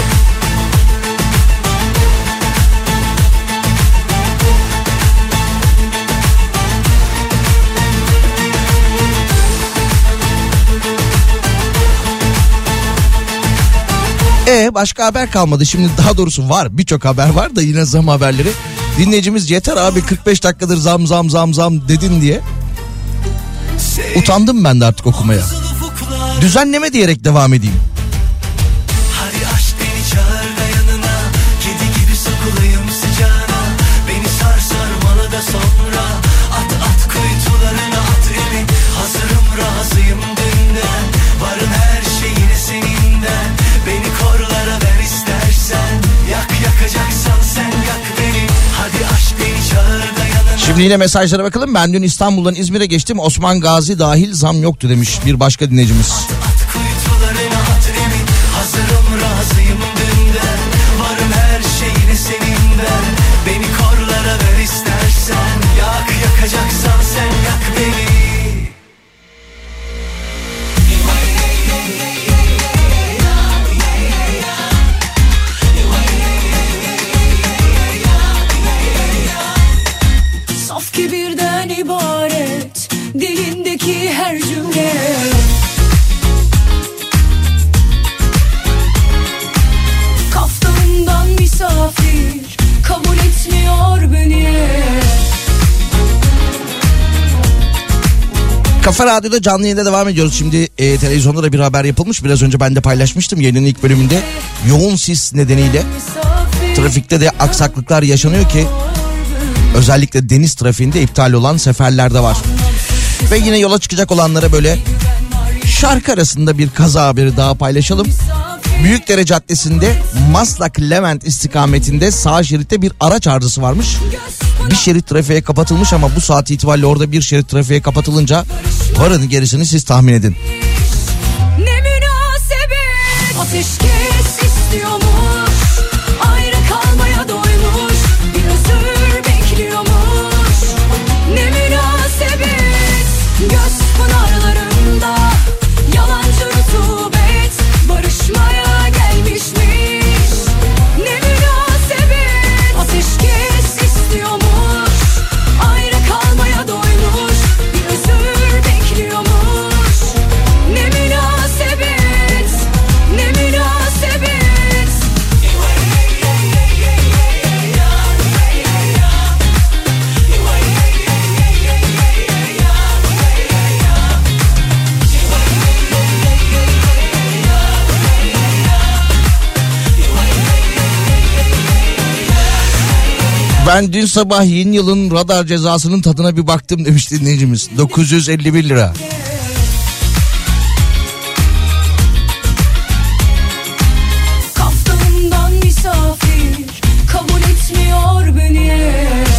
Başka haber kalmadı. Şimdi daha doğrusu var, birçok haber var da yine zam haberleri. Dinleyicimiz yeter abi 45 dakikadır zam zam zam zam dedin diye. Utandım ben de artık okumaya. Düzenleme diyerek devam edeyim. Hadi aşk beni çağır da yanına. Kedi gibi sokulayım sıcağına. Beni sar sarmala da sonra. At at kuytularına at emin. Hazırım razıyım dünden. Varım her şeyine seninden. Beni korlara ver istersen. Yak yakacaksan sen yak beni. Hadi aşk beni çağır da yanına. Şimdi yine mesajlara bakalım. Ben dün İstanbul'dan İzmir'e geçtim. Osman Gazi dahil zam yoktu demiş bir başka dinleyicimiz. At kuytularına at emin. Hazırım razıyım dünden. Varım her şeyine seninden. Beni korlara ver istersen. Yak yakacaksan sen yak beni. Saf kibirden ibaret dilindeki her cümle. Kaftanından misafir kabul etmiyor beni. Kafa Radyo'da canlı yayında devam ediyoruz. Şimdi televizyonda da bir haber yapılmış. Biraz önce ben de paylaşmıştım yayının ilk bölümünde. Yoğun sis nedeniyle trafikte de aksaklıklar yaşanıyor ki özellikle deniz trafiğinde iptal olan seferler de var. Ve yine yola çıkacak olanlara böyle şarkı arasında bir kaza haberi daha paylaşalım. Büyükdere Caddesi'nde Maslak Levent istikametinde sağ şeritte bir araç arızası varmış. Bir şerit trafiğe kapatılmış ama bu saat itibariyle orada bir şerit trafiğe kapatılınca varın gerisini siz tahmin edin. Ne münasebet ateşkes istiyormuş, ayrı kalmaya doymuş, bir özür bekliyormuş. Ne münasebet göz pınarlarında yalancı rutubet barışmaya gelmişmiş. Ne münasebet ateşkes istiyormuş, ayrı kalmaya doymuş, bir özür bekliyormuş. Ne münasebet, ne münasebet Ben dün sabah yeni yılın radar cezasının tadına bir baktım demiş dinleyicimiz. 951 lira. Kaftamdan misafir kabul etmiyor beni.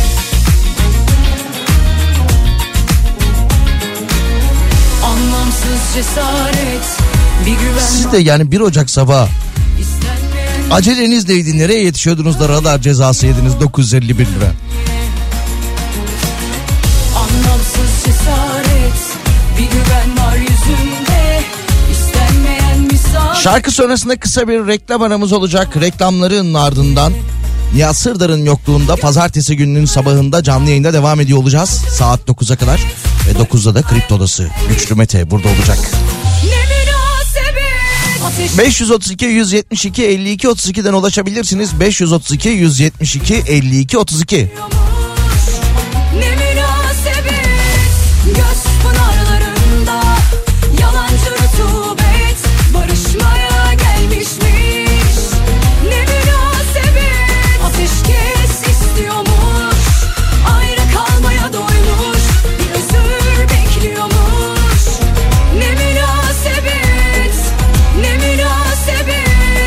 Anlamsız cesaret bir güven. Siz de yani 1 Ocak sabahı aceleniz neydi? Nereye yetişiyordunuz da radar cezası yediniz 951 lira? Anlamsız cesaret bir güven var yüzünde. İstenmeyen misafir. Şarkı sonrasında kısa bir reklam aramız olacak. Reklamların ardından Nihat Sırdar'ın yokluğunda pazartesi gününün sabahında canlı yayında devam ediyor olacağız. Saat 9'a kadar ve 9'da da Kripto Odası Güçlü Mete burada olacak. 532 172 52 32'den ulaşabilirsiniz. 532 172 52 32. Ne münasebet göz pınarlarında yalancı rutubet barışmaya gelmişmiş. Ne münasebet ateşkes istiyormuş, ayrı kalmaya doymuş, bir özür bekliyormuş. Ne münasebet, ne münasebet.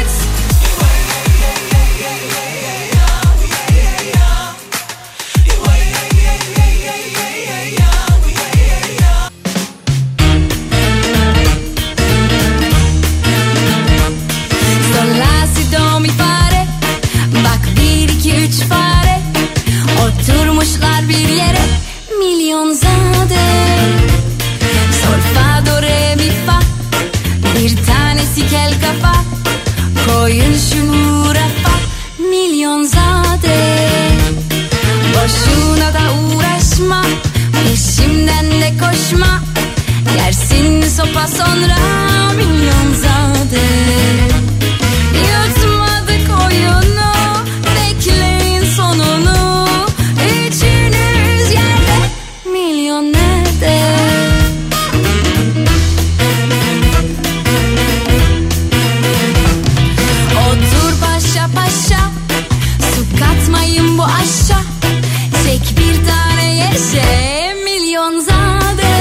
Sol la si do mi fare. Bak 1 2 3 fare. Oturmuşlar bir yere milyonzade. Sol fa do re mi fa. Bir tanesi kel kafa. Koyun şunu rafa. Milyonzade. Boşuna da uğraşma. Peşimden de koşma. Yersin sopa sonra milyonzade. Yutmadık oyunu, bekleyin sonunu. Üçünüz yerde, milyon nerede? Otur paşa paşa, su katmayın bu aşa. Çek bir tane yeşe, milyonzade.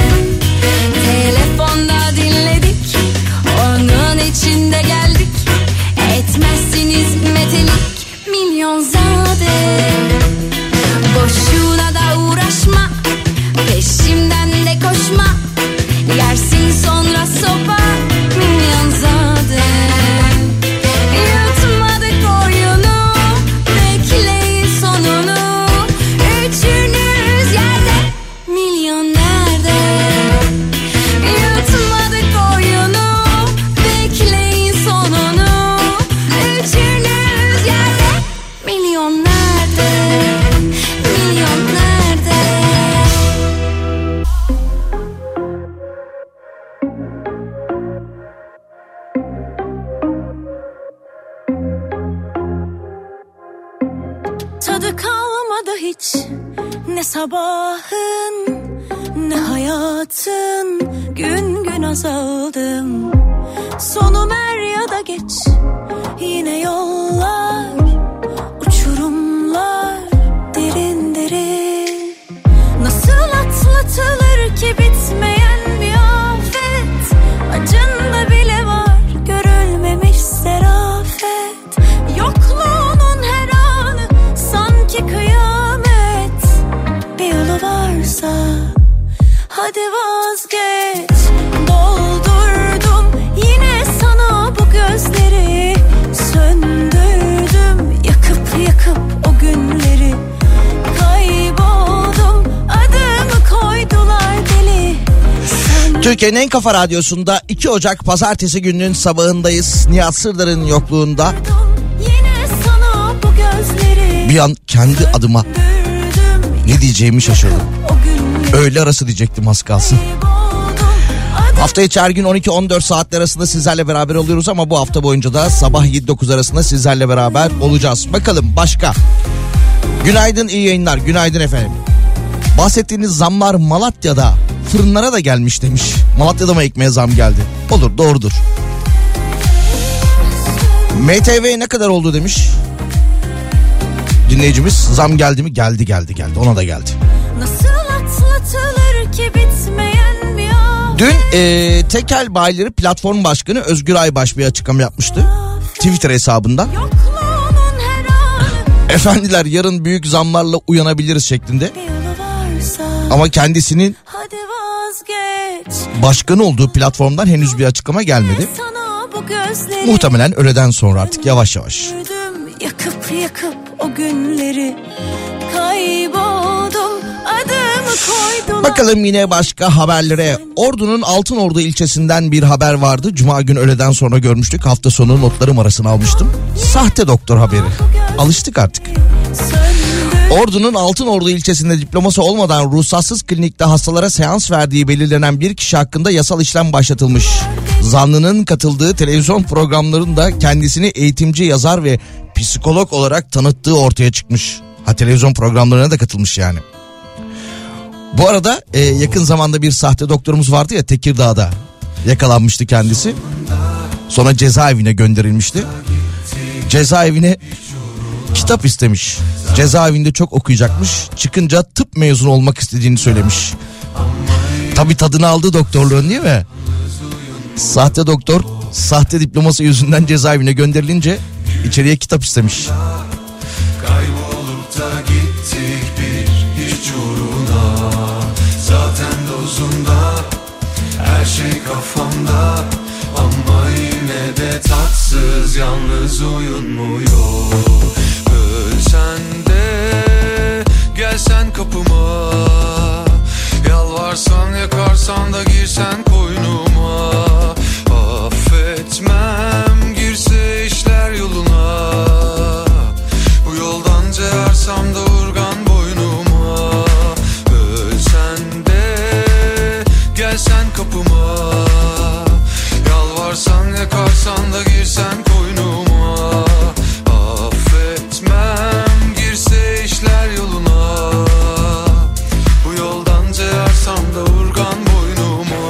Telefonda dinledik, onun içinde geldik. Etmezsiniz metelik, milyonzade. Boşuna da uğraşma, peşimden de koşma. Yersin sonra sopa, milyonzade. Yutmadık oyunu, bekleyin sonunu. Üçünüz yerde, milyon nerede? Yutmadık oyunu, bekleyin sonunu. Üçünüz yerde, milyon nerede? Milyon nerede? Tadı kalmadı hiç ne sabahın ne hayatın. Gün gün azaldım, sonum er ya da geç. Yine yollar, uçurumlar derin derin. Nasıl atlatılır ki bitmeyen bir afet? Acında bile var görülmemiş serafet. Yokluğunun her anı sanki kıyamet. Bir yolu varsa hadi vazgeç. Doldurdum yine sana bu gözleri. Söndürdüm yakıp yakıp o günleri. Kayboldum, adımı koydular deli. Türkiye'nin en kafa radyosunda 2 Ocak pazartesi gününün sabahındayız. Nihat Sırdar'ın yokluğunda Yine sana bu gözleri. bir an kendi adıma ne diyeceğimi şaşırdım. O günleri Öğle arası diyecektim az kalsın. kayboldum, Hafta içi her gün 12-14 saatler arasında sizlerle beraber oluyoruz ama bu hafta boyunca da sabah 7-9 arasında sizlerle beraber olacağız. Bakalım başka. Günaydın, iyi yayınlar. Günaydın efendim. Bahsettiğiniz zamlar Malatya'da fırınlara da gelmiş demiş. Malatya'da mı ekmeğe zam geldi? Olur, doğrudur. MTV ne kadar oldu demiş. dinleyicimiz zam geldi mi? Geldi. Ona da geldi. Nasıl atlatılır ki bitmeyen bir ağ? Dün tekel bayileri platform başkanı Özgür Aybaş bir açıklama yapmıştı Twitter hesabından. Yokluğunun her anı Efendiler yarın büyük zamlarla uyanabiliriz şeklinde. bir yolu varsa Ama kendisinin hadi vazgeç. başkanı olduğu platformdan henüz bir açıklama gelmedi. Sana bu gözleri Muhtemelen öğleden sonra artık yavaş yavaş. gördüm, yakıp o günleri kayboldum, adımı koydular. Bakalım yine başka haberlere. Ordu'nun Altınordu ilçesinden bir haber vardı. Cuma günü öğleden sonra görmüştük. Hafta sonu notlarım arasına almıştım. Sahte doktor haberi. Alıştık artık. Ordu'nun Altınordu ilçesinde diploması olmadan ruhsatsız klinikte hastalara seans verdiği belirlenen bir kişi hakkında yasal işlem başlatılmış. Zanlının katıldığı televizyon programlarında kendisini eğitimci, yazar ve psikolog olarak tanıttığı ortaya çıkmış. Televizyon programlarına da katılmış yani. Bu arada yakın zamanda bir sahte doktorumuz vardı ya, Tekirdağ'da yakalanmıştı kendisi. Sonra cezaevine gönderilmişti. Cezaevine kitap istemiş. Cezaevinde çok okuyacakmış. Çıkınca tıp mezunu olmak istediğini söylemiş. Tabii tadını aldı doktorluğun, değil mi? Sahte doktor sahte diploması yüzünden cezaevine gönderilince içeriye kitap istemiş. Kaybolup da gittik bir hiç uğruna. Zaten dozunda her şey kafamda. Ama yine de tatsız, yalnız uyunmuyor. Ölsen de gelsen kapıma. Yalvarsan yakarsan da girsen koynuma. Affetmem girse işler yoluna. Bu yoldan cevarsam da urgan boynuma. Ölsen de gelsen kapıma. Yalvarsan yakarsan da girsen koynuma. Affetmem girse işler yoluna. Bu yoldan cevarsam da urgan boynuma.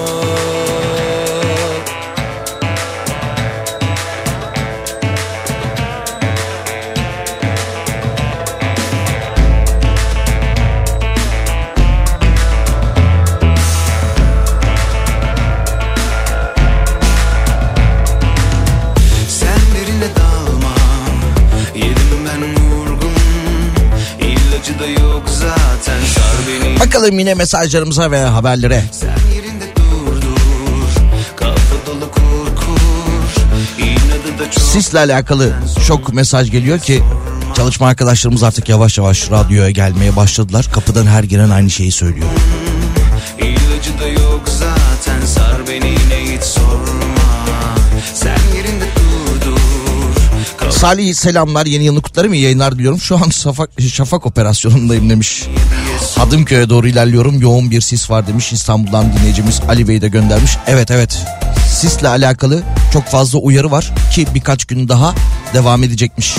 Sen derine dalma, yedim ben vurgun. İlacı da yok zaten, sar beni. Bakalım yine mesajlarımıza ve haberlere. Sen yerinde dur dur, kafa dolu kur kur. İnadı da çok. Sisle alakalı çok mesaj geliyor ki çalışma arkadaşlarımız artık yavaş yavaş radyoya gelmeye başladılar. Kapıdan her giren aynı şeyi söylüyor. İlacı da yok zaten, sar beni yine hiç sorma. Sen yerinde dur dur. Salih selamlar, yeni yılını kutlarım, iyi yayınlar diliyorum. Şu an şafak operasyonundayım demiş. Hadımköy'e doğru ilerliyorum, yoğun bir sis var demiş. İstanbul'dan dinleyicimiz Ali Bey de göndermiş. Evet sisle alakalı çok fazla uyarı var ki birkaç gün daha devam edecekmiş.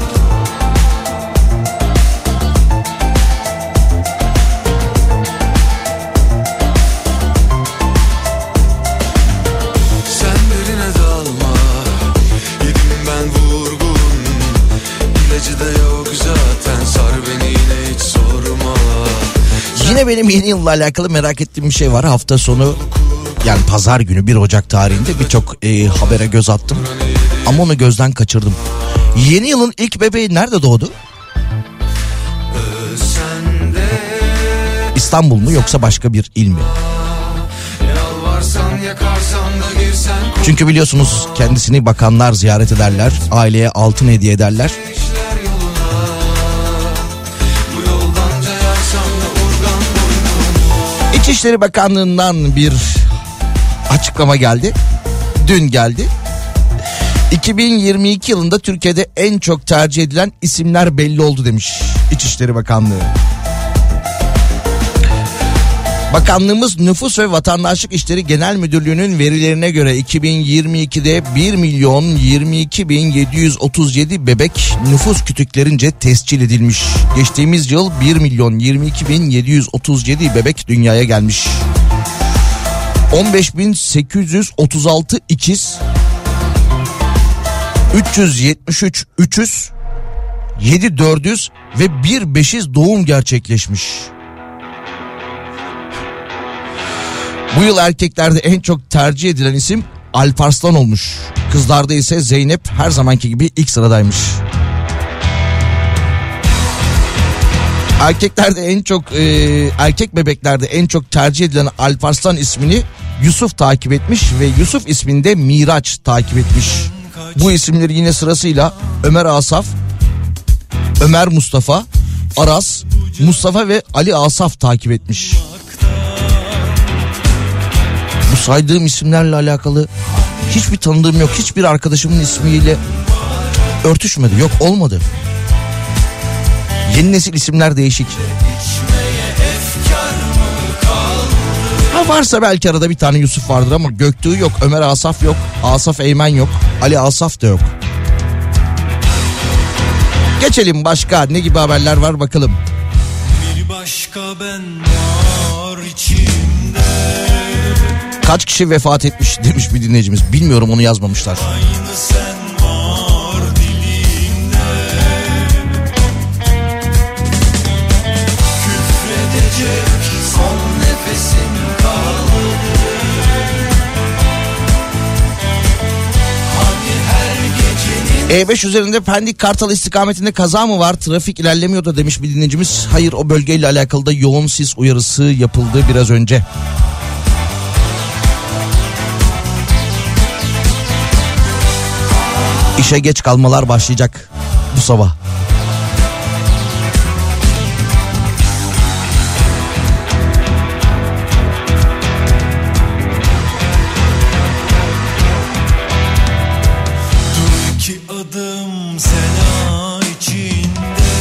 Sen derine dalma, yedim ben vurgun. İlacı da yok zaten, sar beni yine hiç sorma. Yine benim yeni yılla alakalı merak ettiğim bir şey var. Hafta sonu, yani pazar günü 1 Ocak tarihinde birçok habere göz attım. Ama onu gözden kaçırdım. Yeni yılın ilk bebeği nerede doğdu? Sen de İstanbul mu yoksa başka bir il mi? yalvarsan yakarsan da girsen Çünkü biliyorsunuz kendisini bakanlar ziyaret ederler. Aileye altın hediye ederler. işler yoluna. Bu yoldan cevarsam da urgan boynuma. İçişleri Bakanlığı'ndan bir açıklama geldi. Dün geldi. 2022 yılında Türkiye'de en çok tercih edilen isimler belli oldu demiş İçişleri Bakanlığı. Bakanlığımız Nüfus ve Vatandaşlık İşleri Genel Müdürlüğü'nün verilerine göre 2022'de 1.022.737 bebek nüfus kütüklerince tescil edilmiş. Geçtiğimiz yıl 1.022.737 bebek dünyaya gelmiş. 15.836 ikiz, 373 üçüz, 7 400 ve 1 500 doğum gerçekleşmiş. Bu yıl erkeklerde en çok tercih edilen isim Alparslan olmuş. Kızlarda ise Zeynep her zamanki gibi ilk sıradaymış. Erkeklerde en çok erkek bebeklerde en çok tercih edilen Alparslan ismini Yusuf takip etmiş ve Yusuf isminde Miraç takip etmiş. Bu isimleri yine sırasıyla Ömer Asaf, Ömer Mustafa, Aras, Mustafa ve Ali Asaf takip etmiş. Bu saydığım isimlerle alakalı hiçbir tanıdığım yok. Hiçbir arkadaşımın ismiyle örtüşmedi. Yok, olmadı. Yeni nesil isimler değişik. Ha, varsa belki arada bir tane Yusuf vardır ama Göktuğ yok, Ömer Asaf yok, Asaf Eymen yok, Ali Asaf da yok. Geçelim, başka ne gibi haberler var bakalım. Bir başka ben var içimde. Kaç kişi vefat etmiş demiş bir dinleyicimiz. Bilmiyorum, onu yazmamışlar. Aynı sen var dilimde. Küfredecek son nefesim kaldı. Hani her gecenin... E5 üzerinde Pendik Kartal istikametinde kaza mı var? Trafik ilerlemiyor da demiş bir dinleyicimiz. Hayır, o bölgeyle alakalı da yoğun sis uyarısı yapıldı biraz önce. İşe geç kalmalar başlayacak bu sabah. Dur iki adım sena içinde.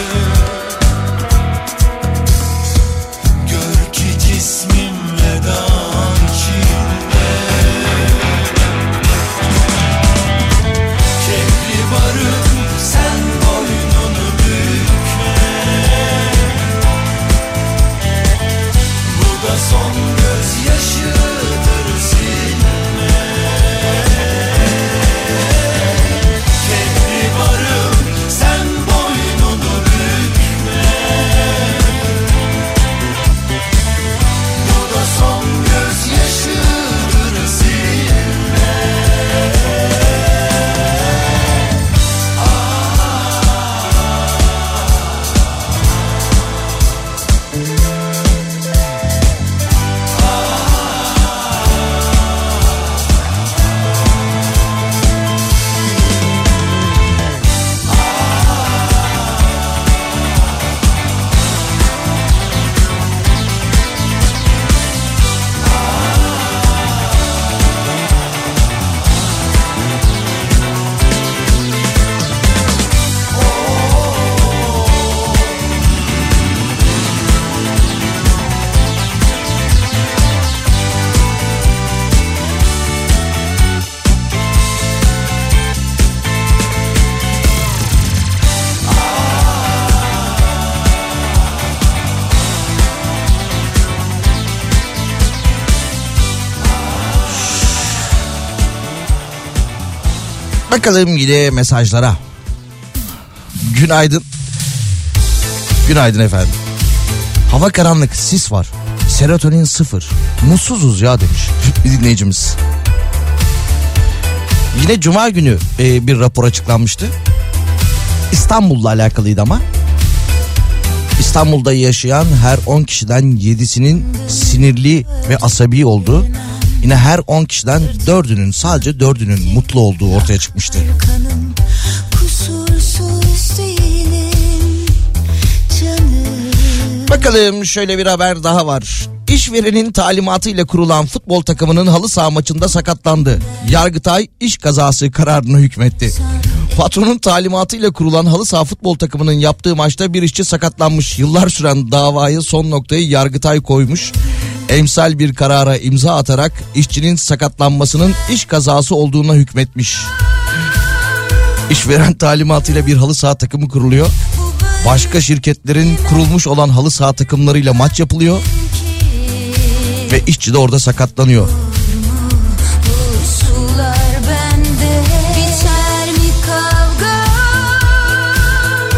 Gör ki cismim veda içinde. Kefli varım sen boynunu bükme. Bu da son gözyaşıdır silme. Kefli varım sen boynunu bükme. Bu da son gözyaşıdır silme. Bakalım yine mesajlara. Günaydın. Günaydın efendim. Hava karanlık, sis var. Serotonin 0. Mutsuzuz ya demiş bir dinleyicimiz. Yine cuma günü bir rapor açıklanmıştı. İstanbul'la alakalıydı ama. İstanbul'da yaşayan her 10 kişiden 7'sinin sinirli ve asabi olduğu, yine her 10 kişiden 4'ünün, sadece 4'ünün mutlu olduğu ortaya çıkmıştı. Kanım, kusursuz değilim canım. Bakalım, şöyle bir haber daha var. İşverenin talimatıyla kurulan futbol takımının halı saha maçında sakatlandı. Yargıtay iş kazası kararını hükmetti. Patronun talimatıyla kurulan halı saha futbol takımının yaptığı maçta bir işçi sakatlanmış. Yıllar süren davaya son noktayı Yargıtay koymuş. Emsal bir karara imza atarak işçinin sakatlanmasının iş kazası olduğuna hükmetmiş. İşveren talimatıyla bir halı saha takımı kuruluyor. Başka şirketlerin kurulmuş olan halı saha takımlarıyla maç yapılıyor. Ve işçi de orada sakatlanıyor. Sular bende, biter mi kavgam?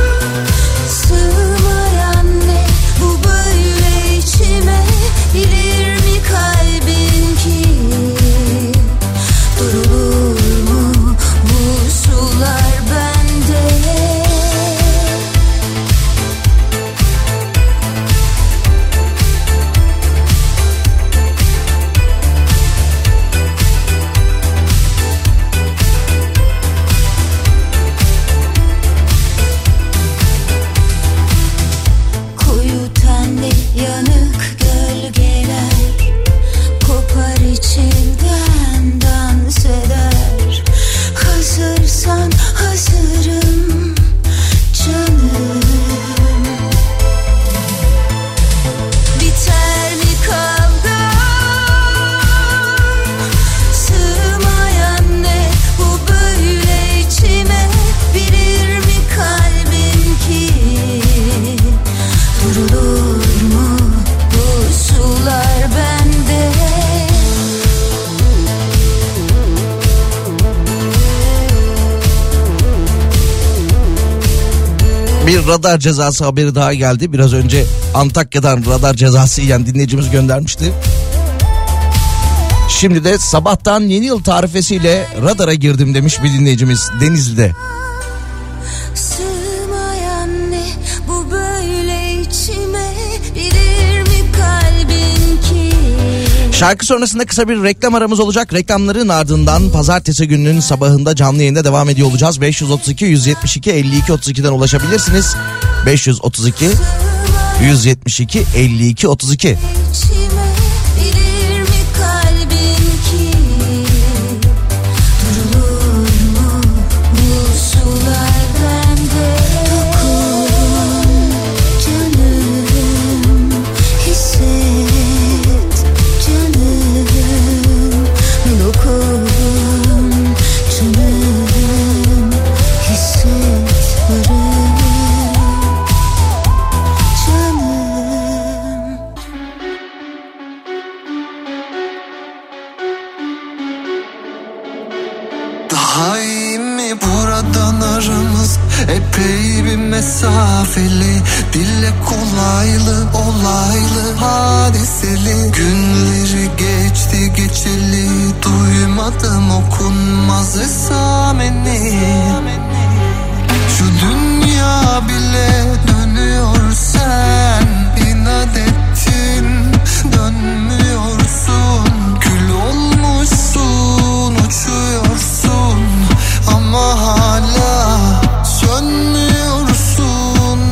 Bir radar cezası haberi daha geldi. Biraz önce Antakya'dan radar cezası yiyen dinleyicimiz göndermişti. Şimdi de sabahtan yeni yıl tarifesiyle radara girdim demiş bir dinleyicimiz Denizli'de. Sığmayan ne bu böyle içime, bilir mi kalbin ki? Şarkı sonrasında kısa bir reklam aramız olacak. Reklamların ardından pazartesi gününün sabahında canlı yayında devam ediyor olacağız. 532 172 52 32'den ulaşabilirsiniz. 532 172 52 32. İçime, bilir mi kalbin ki? Durulur mu bu sular bende? Dokun canım, hisset canım. Dokun canım, hisset varım canım. Daha iyi mi buradan aramız epey bir mesafeli, dile kolaylı olaylı hadiseli. Günleri geçti geçeli, duymadım okunmaz esameni. Şu dünya bile dönüyor, sen inat ettin dönmüyorsun. Gül olmuşsun, uçuyorsun ama hala sönmüyorsun.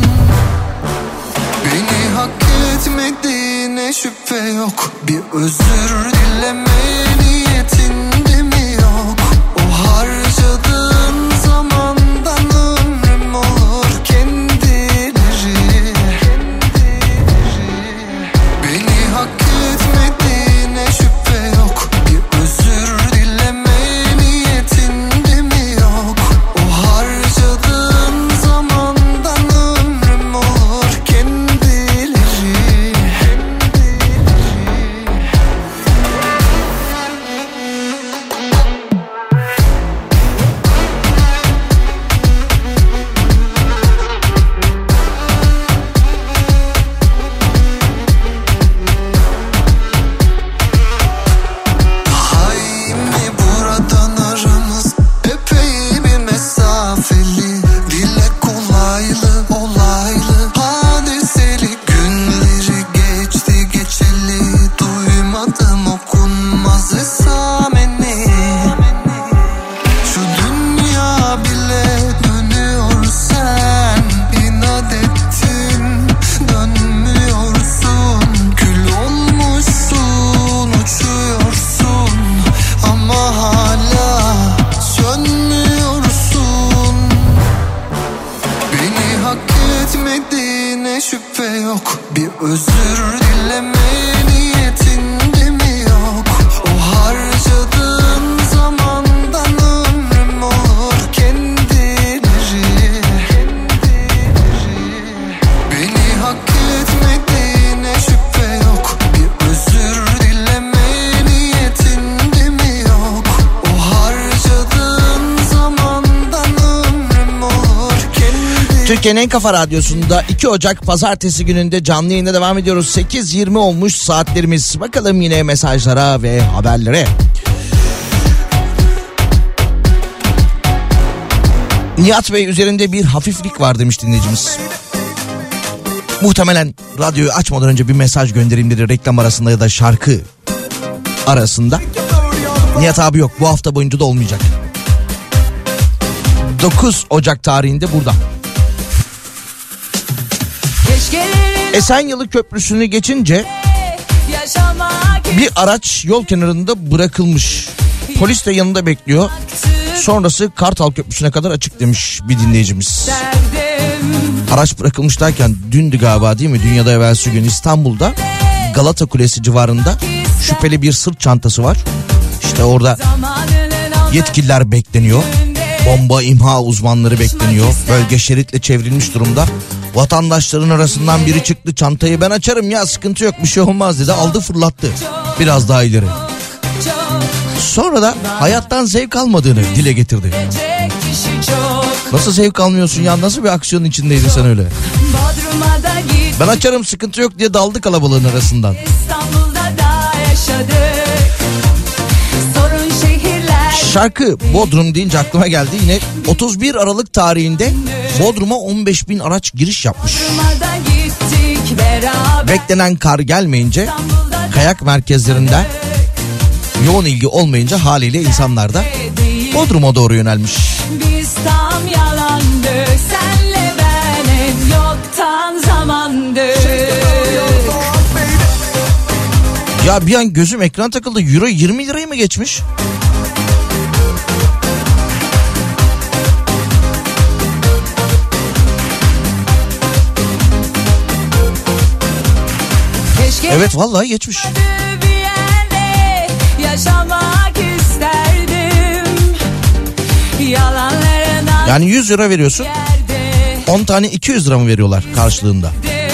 Beni hak etmediğine şüphe yok, bir özür dileme niyetinde mi yok? O harcadığın zamandan ömrüm olur kendileri. Beni hak etmediğine şüphe yok, bir özür dileme niyetinde mi yok? O harcadığın zamandan ömrüm olur kendileri. Daha iyi mi buradan aramız epey bir mesafeli, dile kolaylı olaylı hadiseli. Günleri geçti geçeli, duymadım okunmaz esameni. Şu dünya bile dönüyor, sen inat ettin dönmüyorsun. Gül olmuşsun, uçuyorsun ama hala sönmüyorsun. Beni hak etmediğine şüphe yok, bir özür dileme niyetinde mi yok? O harcadığın zamandan ömrüm olur kendileri. Beni hak etmediğine şüphe yok, bir özür dileme niyetinde mi yok? O harcadığın zamandan ömrüm olur kendileri. Türkiye'nin en kafa radyosunda 2 Ocak pazartesi gününde canlı yayında devam ediyoruz. 8:20 olmuş saatlerimiz. Bakalım yine mesajlara ve haberlere. Nihat Bey üzerinde bir hafiflik var demiş dinleyicimiz. Muhtemelen radyoyu açmadan önce bir mesaj göndereyim dedi, reklam arasında ya da şarkı arasında. Nihat abi yok, bu hafta boyunca da olmayacak. 9 Ocak tarihinde burada. Esenyalı Köprüsü'nü geçince bir araç yol kenarında bırakılmış. Polis de yanında bekliyor. Sonrası Kartal Köprüsü'ne kadar açık demiş bir dinleyicimiz. Araç bırakılmış derken dündü galiba değil mi? Dünyada evvelsi gün İstanbul'da Galata Kulesi civarında şüpheli bir sırt çantası var. İşte orada yetkililer bekleniyor. Bomba imha uzmanları bekleniyor. Bölge şeritle çevrilmiş durumda. Vatandaşların arasından biri çıktı, çantayı ben açarım ya, sıkıntı yok, bir şey olmaz dedi, aldı fırlattı biraz daha ileri. Sonra da hayattan zevk almadığını dile getirdi. Nasıl zevk almıyorsun ya? Nasıl bir aksiyonun içindeydin sen öyle? Bodrum'a da gittik. Ben açarım, sıkıntı yok diye daldı kalabalığın arasından. İstanbul'da da yaşadık. Sorun şehirler. Şarkı Bodrum deyince aklıma geldi. Yine 31 Aralık tarihinde Bodrum'a 15.000 araç giriş yapmış. Bodrum'a da gittik beraber. Beklenen kar gelmeyince, kayak merkezlerinden yoğun ilgi olmayınca haliyle insanlar da Bodrum'a doğru yönelmiş. Biz tam yalandık, senle ben en yoktan zamandık. Ya bir an gözüm ekrana takıldı. Euro 20 lirayı mı geçmiş? Keşke Evet vallahi geçmiş. bir yerde yaşamak isterdim. Yalanlarına Yani 100 lira veriyorsun. yerde 10 tane 200 lira mı veriyorlar karşılığında?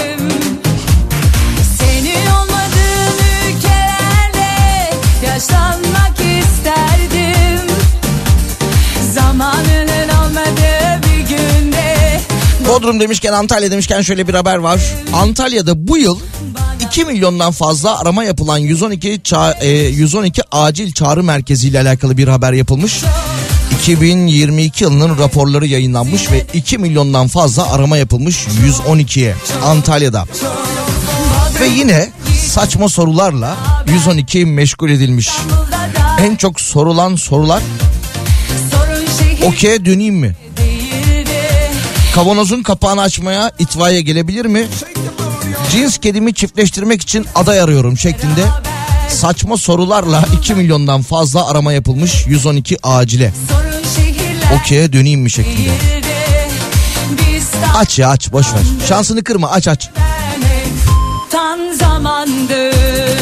senin olmadığın ülkelerde yaşlanmak isterdim. Zamanının olmadığı bir günde Bodrum demişken, Antalya demişken şöyle bir haber var. Antalya'da bu yıl 2 milyondan fazla arama yapılan 112 acil çağrı merkezi ile alakalı bir haber yapılmış. 2022 yılının raporları yayınlanmış ve 2 milyondan fazla arama yapılmış 112'ye Antalya'da. Ve yine saçma sorularla 112 meşgul edilmiş. En çok sorulan sorular: sorun şehir okey'e döneyim mi? değildi. Kavanozun kapağını açmaya itfaiye gelebilir mi? Cins kedimi çiftleştirmek için aday arıyorum şeklinde saçma sorularla 2 milyondan fazla arama yapılmış 112 acile. Sorun şehirler Okey'e döneyim mi şeklinde. değildi. Biz tam Aç ya, aç, boş ver. Şansını kırma, aç. tan zamandır.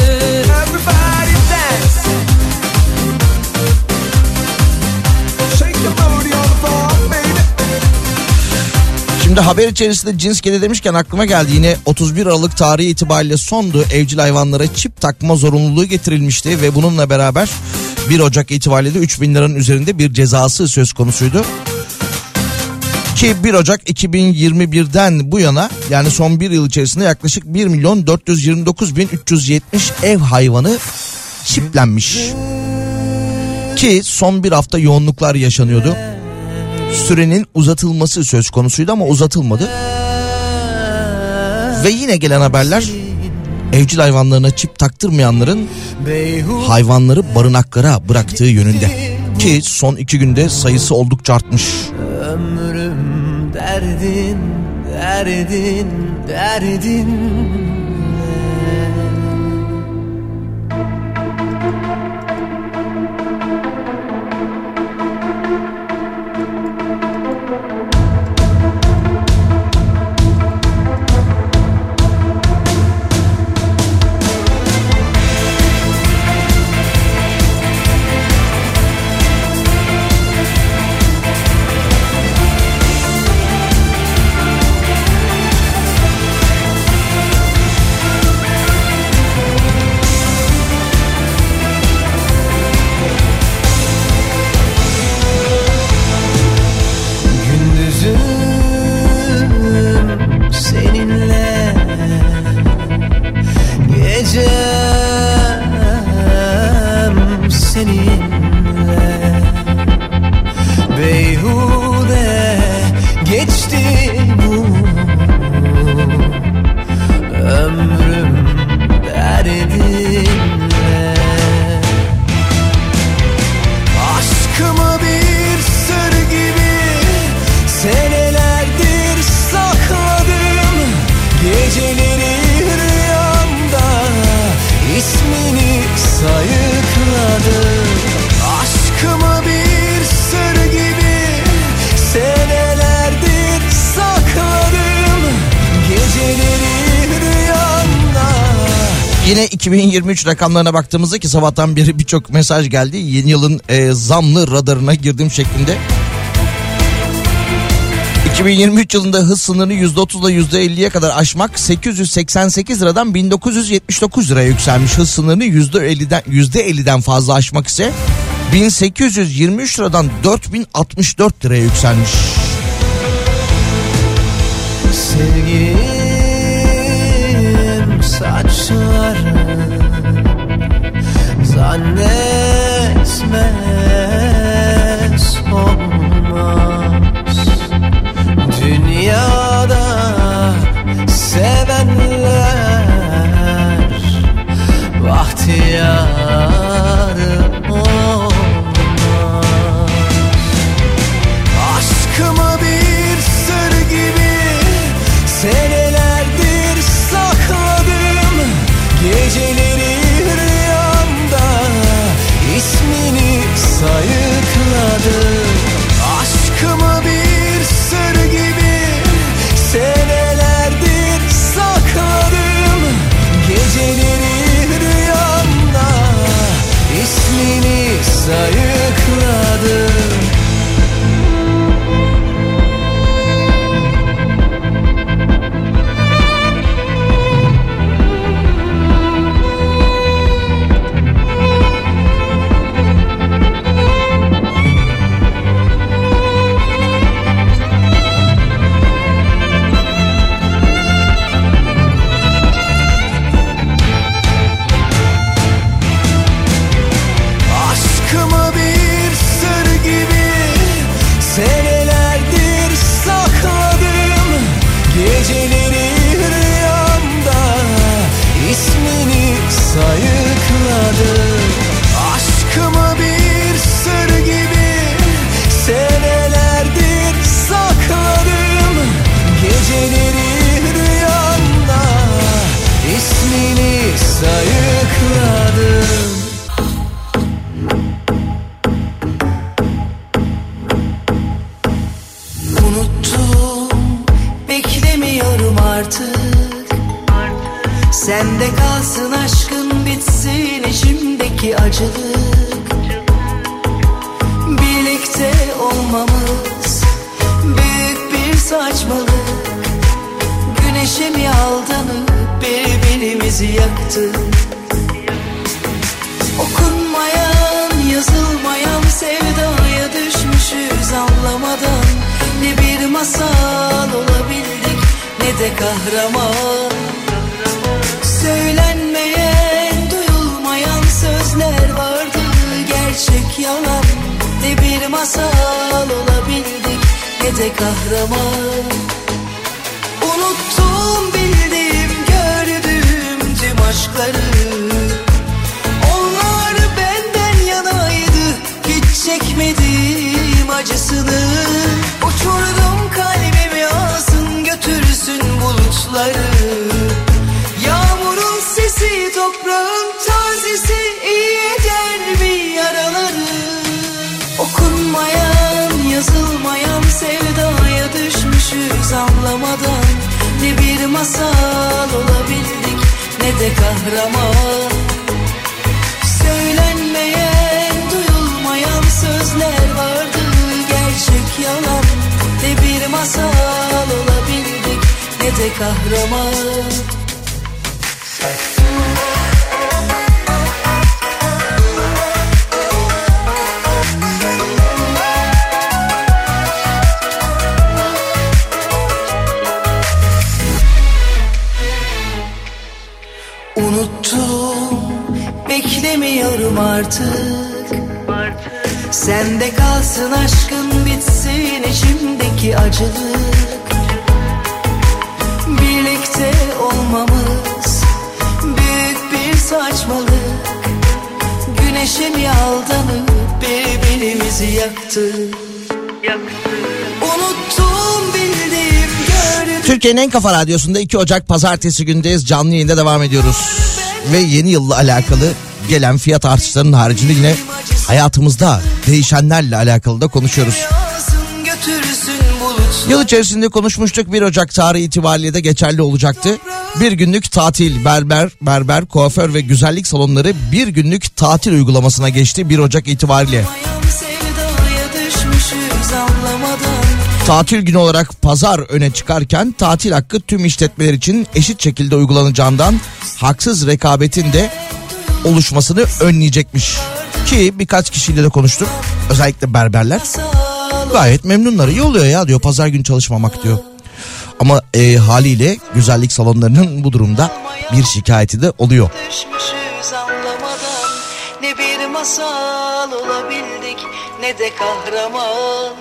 Şimdi haber içerisinde cins kedi demişken aklıma geldi. Yine 31 Aralık tarihi itibariyle sondu. Evcil hayvanlara çip takma zorunluluğu getirilmişti ve bununla beraber 1 Ocak itibariyle de 3.000 liranın üzerinde bir cezası söz konusuydu. Ki 1 Ocak 2021'den bu yana, yani son bir yıl içerisinde yaklaşık 1.429.370 ev hayvanı çiplenmiş. Ki son bir hafta yoğunluklar yaşanıyordu. Sürenin uzatılması söz konusuydu ama uzatılmadı. Ve yine gelen haberler evcil hayvanlarına çip taktırmayanların hayvanları barınaklara bıraktığı yönünde. Ki son 2 günde sayısı oldukça artmış. Ömrüm derdin, derdin, derdin. Yine 2023 rakamlarına baktığımızda, ki sabahtan beri birçok mesaj geldi. Yeni yılın zamlı radarına girdim şeklinde. 2023 yılında hız sınırını %30 ile %50'ye kadar aşmak 888 liradan 1979 liraya yükselmiş. Hız sınırını %50'den fazla aşmak ise 1823 liradan 4064 liraya yükselmiş. Sevgim saçları zannetmez olmaz. Dünyada sevenler bahtiyarı olmaz. Aşkımı bir sır gibi senelerdir sakladım. Geceleri rüyamda ismini sayıkladım. Aşkımı bir sır gibi senelerdir sakladım. Geceleri rüyamda ismini sayıkladım. Aşkımı bir sır gibi senelerdir sakladım. Geceleri rüyamda ismini sayıkladım. Aşkımı bir sır gibi senelerdir sakladım. Geceleri rüyamda ismini sayıkladım. Unuttum, beklemiyorum artık. Sende kalsın aşkın, bitsin içimdeki acılık. Birlikte olmamız büyük bir saçmalık. Güneşe mi aldanıp birbirimizi yaktık? Okunmayan, yazılmayan sevdaya düşmüşüz anlamadan. Ne bir masal olabildik ne de kahraman. Söylenmeyen, duyulmayan sözler vardı, gerçek yalan. Ne bir masal olabildik ne de kahraman. Unuttum bildiğim, gördüğüm tüm aşkları. Onlar benden yanaydı, hiç çekmedim acısını. Uçurdum kalbimi, alsın götürsün bulutları. Yağmurun sesi, toprağın tazesi iyi eder bir yaraları. Okunmayan, yazılmayan sevdaya düşmüşüz anlamadan. Ne bir masal olabildik ne de kahraman. Söylenmeyen, duyulmayan sözler vardı, gerçek yalan. Ne bir masal olabildik ne de kahraman. Unuttum, beklemiyorum artık. Sende kalsın aşkın, bitsin içimdeki acılık. Birlikte olmamız büyük bir saçmalık. Güneşe mi aldanıp birbirimizi yaktık? Unuttum bildiğim, gördüm. Türkiye'nin en kafa radyosunda 2 Ocak pazartesi gündeyiz. Canlı yayında devam ediyoruz. Ve yeni yılla alakalı gelen fiyat artışlarının haricinde yine hayatımızda değişenlerle alakalı da konuşuyoruz. Yıl içerisinde konuşmuştuk, 1 Ocak tarihi itibariyle de geçerli olacaktı. Bir günlük tatil, berber, kuaför ve güzellik salonları bir günlük tatil uygulamasına geçti 1 Ocak itibariyle. Tatil günü olarak pazar öne çıkarken tatil hakkı tüm işletmeler için eşit şekilde uygulanacağından haksız rekabetin de oluşmasını önleyecekmiş. Ki birkaç kişiyle de konuştuk. Özellikle berberler gayet memnunlar. İyi oluyor ya diyor, pazar günü çalışmamak diyor. Ama haliyle güzellik salonlarının bu durumda bir şikayeti de oluyor. Düşmüşüz anlamadan, ne bir masal olabildik ne de kahraman.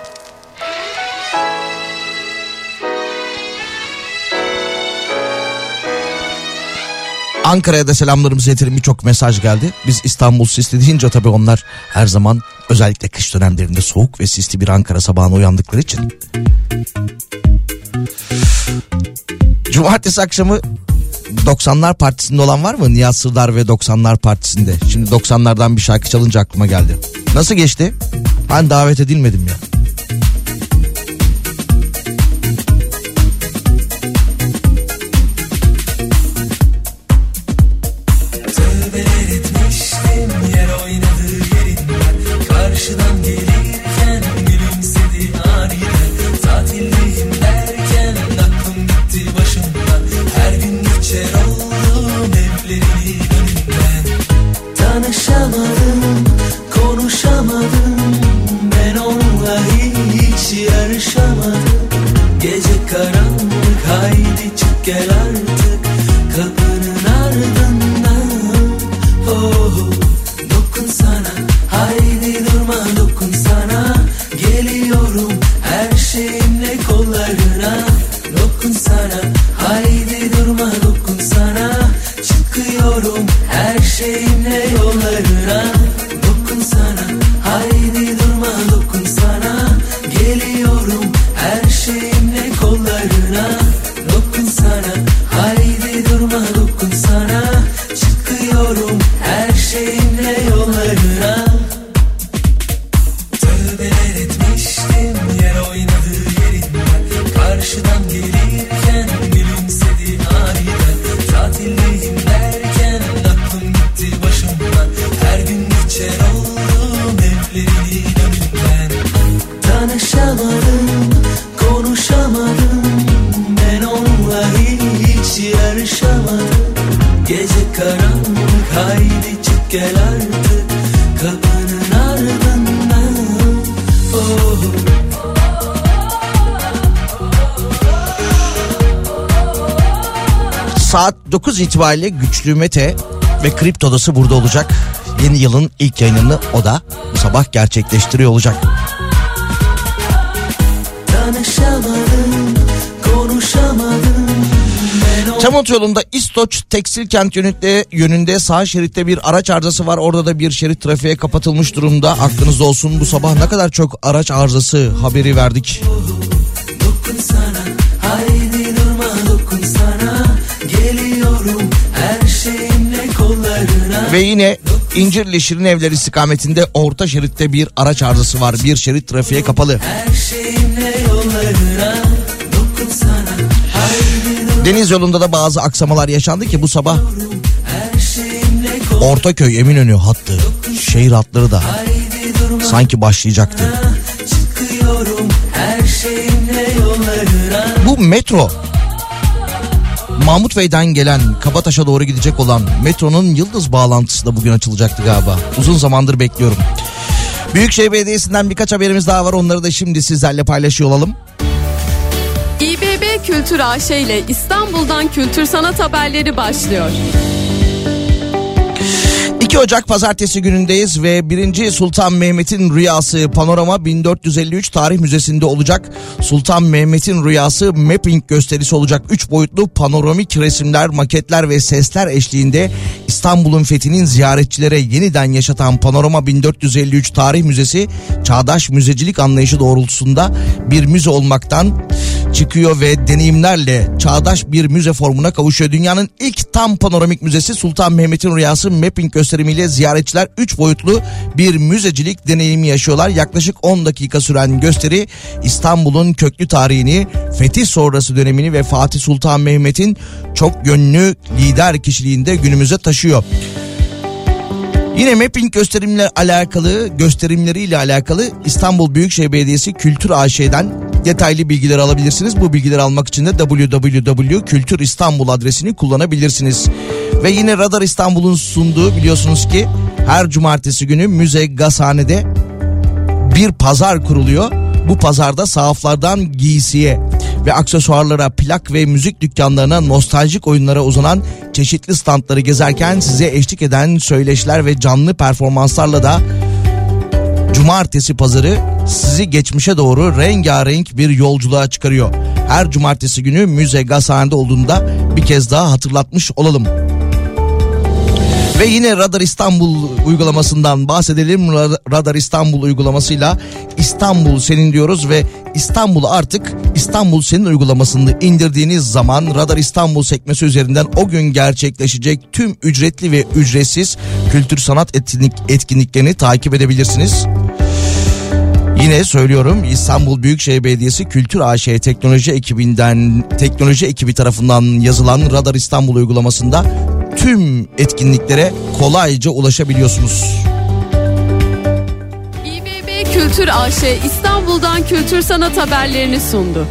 Ankara'ya da selamlarımızı iletelim, birçok mesaj geldi. Biz İstanbul sisli deyince tabii onlar her zaman özellikle kış dönemlerinde soğuk ve sisli bir Ankara sabahına uyandıkları için. Cumartesi akşamı 90'lar Partisi'nde olan var mı? Nihat Sırdar ve 90'lar Partisi'nde. Şimdi 90'lardan bir şarkı çalınca aklıma geldi. Nasıl geçti? Ben davet edilmedim ya. Karşıdan gelirken gülümsedi aniden. Tatildeyim derken aklım gitti başımdan. Her gün geçer oldum evlerinin önünden. Tanışamadım, konuşamadım. Ben onunla hiç yarışamadım. Gece karanlık, haydi çık gel artık. Kapının ardından oh, dokun sana. Haydi durma dokun sana. Geliyorum her şeyimle kollarına. Dokun sana. Haydi durma dokun sana. Çıkıyorum her şeyimle yollarına. Dokun sana. Haydi durma dokun sana. Geliyorum her şeyimle kollarına. Dokun sana. Haydi durma dokun sana. Çıkıyorum her şeyimle yollarına. Tövbeler etmiştim yer oynadığı yerinden. Karşıdan gelirken gülümsedi aniden. Tatildeyim derken aklım gitti başımdan. Her gün geçer oldum evlerinin önünden. Tanışamadım, konuşamadım. Ben onunla hiç yarışamadım. Gece karanlık, haydi çık gel artık. Kapının ardından oh. Saat 9 itibariyle Güçlü Mete ve Kripto Odası burada olacak. Yeni yılın ilk yayınını o da bu sabah gerçekleştiriyor olacak. Tanışamadım, konuşamadım. Tam otoyolunda İstoç Tekstil Kent yönünde sağ şeritte bir araç arızası var. Orada da bir şerit trafiğe kapatılmış durumda. Aklınızda olsun, bu sabah ne kadar çok araç arızası haberi verdik. Dokun sana, haydi durma dokun sana. Geliyorum her şeyimle kollarına. Ve yine İncirli Şirinevler istikametinde orta şeritte bir araç arızası var. Bir şerit trafiğe kapalı. Her şeyimle yollarına. Dokun sana, haydi durma. Deniz yolunda da bazı aksamalar yaşandı ki bu sabah Ortaköy Eminönü hattı, şehir hatları da sanki başlayacaktı. Bu metro, Mahmut Bey'den gelen Kabataş'a doğru gidecek olan metronun Yıldız bağlantısı da bugün açılacaktı galiba. Uzun zamandır bekliyorum. Büyükşehir Belediyesi'nden birkaç haberimiz daha var, onları da şimdi sizlerle paylaşıyor olalım. İBB Kültür AŞ ile İstanbul'dan kültür sanat haberleri başlıyor. 2 Ocak Pazartesi günündeyiz ve 1. Sultan Mehmet'in Rüyası Panorama 1453 Tarih Müzesi'nde olacak. Sultan Mehmet'in Rüyası mapping gösterisi olacak. 3 boyutlu panoramik resimler, maketler ve sesler eşliğinde İstanbul'un fethinin ziyaretçilere yeniden yaşatan Panorama 1453 Tarih Müzesi, çağdaş müzecilik anlayışı doğrultusunda bir müze olmaktan çıkıyor ve deneyimlerle çağdaş bir müze formuna kavuşuyor. Dünyanın ilk tam panoramik müzesi Sultan Mehmet'in Rüyası mapping gösterimiyle ziyaretçiler 3 boyutlu bir müzecilik deneyimi yaşıyorlar. Yaklaşık 10 dakika süren gösteri İstanbul'un köklü tarihini, fetih sonrası dönemini ve Fatih Sultan Mehmet'in çok yönlü lider kişiliğinde günümüze taşıyor. Yine mapping gösterimleriyle alakalı İstanbul Büyükşehir Belediyesi Kültür AŞ'den detaylı bilgileri alabilirsiniz. Bu bilgileri almak için de www.külturistanbul adresini kullanabilirsiniz. Ve yine Radar İstanbul'un sunduğu, biliyorsunuz ki her cumartesi günü Müze Gazhane'de bir pazar kuruluyor. Bu pazarda sahaflardan giysiye, ve aksesuarlara, plak ve müzik dükkanlarına, nostaljik oyunlara uzanan çeşitli standları gezerken size eşlik eden söyleşiler ve canlı performanslarla da cumartesi pazarı sizi geçmişe doğru rengarenk bir yolculuğa çıkarıyor. Her cumartesi günü müze Gazhane'de olduğunda bir kez daha hatırlatmış olalım. Ve yine Radar İstanbul uygulamasından bahsedelim. Radar İstanbul uygulamasıyla İstanbul Senin diyoruz ve İstanbul'u artık İstanbul Senin uygulamasını indirdiğiniz zaman Radar İstanbul sekmesi üzerinden o gün gerçekleşecek tüm ücretli ve ücretsiz kültür sanat etkinliklerini takip edebilirsiniz. Yine söylüyorum, İstanbul Büyükşehir Belediyesi Kültür AŞ teknoloji ekibi tarafından yazılan Radar İstanbul uygulamasında tüm etkinliklere kolayca ulaşabiliyorsunuz. İBB Kültür AŞ İstanbul'dan kültür sanat haberlerini sundu.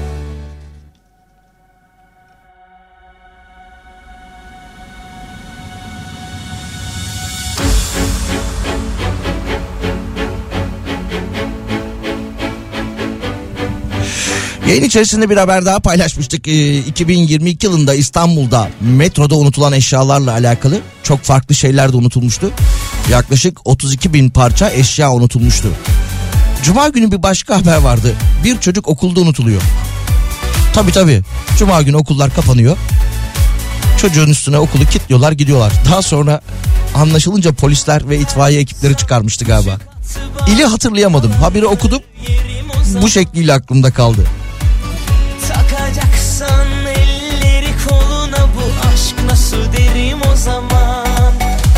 Yayın içerisinde bir haber daha paylaşmıştık. 2022 yılında İstanbul'da metroda unutulan eşyalarla alakalı çok farklı şeyler de unutulmuştu. Yaklaşık 32.000 parça eşya unutulmuştu. Cuma günü bir başka haber vardı. Bir çocuk okulda unutuluyor. Tabii. Cuma günü okullar kapanıyor. Çocuğun üstüne okulu kilitliyorlar, gidiyorlar. Daha sonra anlaşılınca polisler ve itfaiye ekipleri çıkarmıştı galiba. İli hatırlayamadım. Haberi okudum. Bu şekliyle aklımda kaldı. Takacaksan elleri koluna, bu aşk nasıl derim o zaman.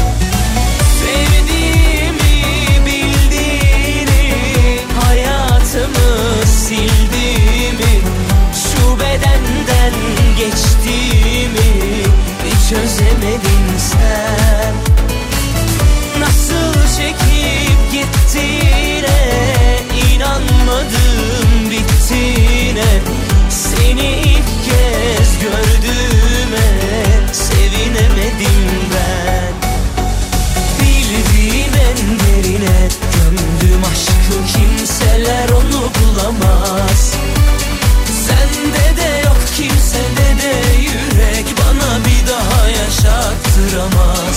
Sevdiğimi bildiğini, hayatımı sildiğimi, şu bedenden geçtiğimi hiç çözemedin sen. Nasıl çekip gittiğine inanmadım, bittiğine. Seni ilk kez gördüğüme sevinemedim ben. Bildiğim en derine gömdüm aşkı, kimseler onu bulamaz. Sende de yok, kimsede de yürek bana bir daha yaşattıramaz.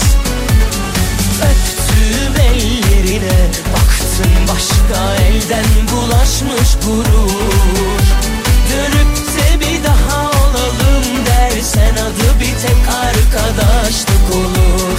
Öptüm ellerine, baktım başka elden bulaşmış gurur. Dönüp de bir daha olalım dersen adı bir tek arkadaşlık olur.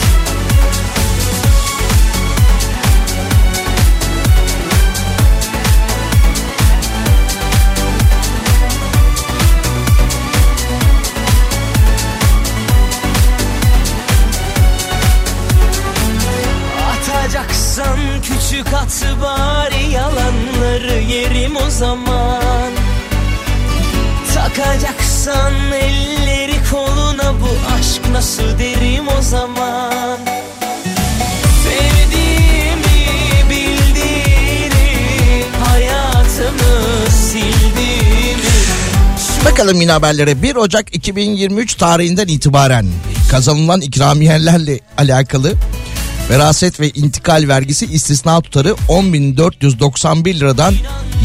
Atacaksan küçük at bari, yalanları yerim o zaman. Takacaksan elleri koluna, bu aşk nasıl derim o zaman. Sevdiğimi bildiğini, hayatımı sildiğini. Bakalım yine haberlere. 1 Ocak 2023 tarihinden itibaren kazanılan ikramiyelerle alakalı veraset ve intikal vergisi istisna tutarı 10.491 liradan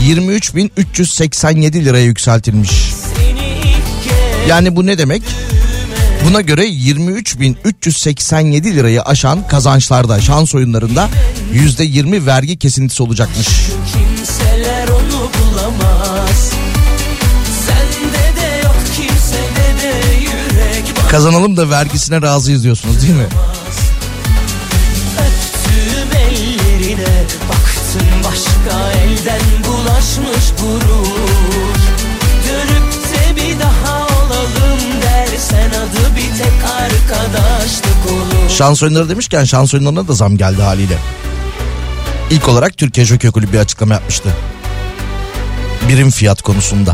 23.387 liraya yükseltilmiş. Yani bu ne demek? Buna göre 23.387 lirayı aşan kazançlarda, şans oyunlarında %20 vergi kesintisi olacakmış. Kimseler onu bulamaz. Sende de yok, kimsede de yürek. Kazanalım da vergisine razıyız diyorsunuz değil mi? Öptüm ellerine, baktım başka elden bulaşmış gurur. Dönüp de bir daha olalım dersen adı bir tek arkadaşlık olur. Şans oyunları demişken şans oyunlarına da zam geldi haliyle. İlk olarak Türkiye Jockey Kulübü bir açıklama yapmıştı. Birim fiyat konusunda.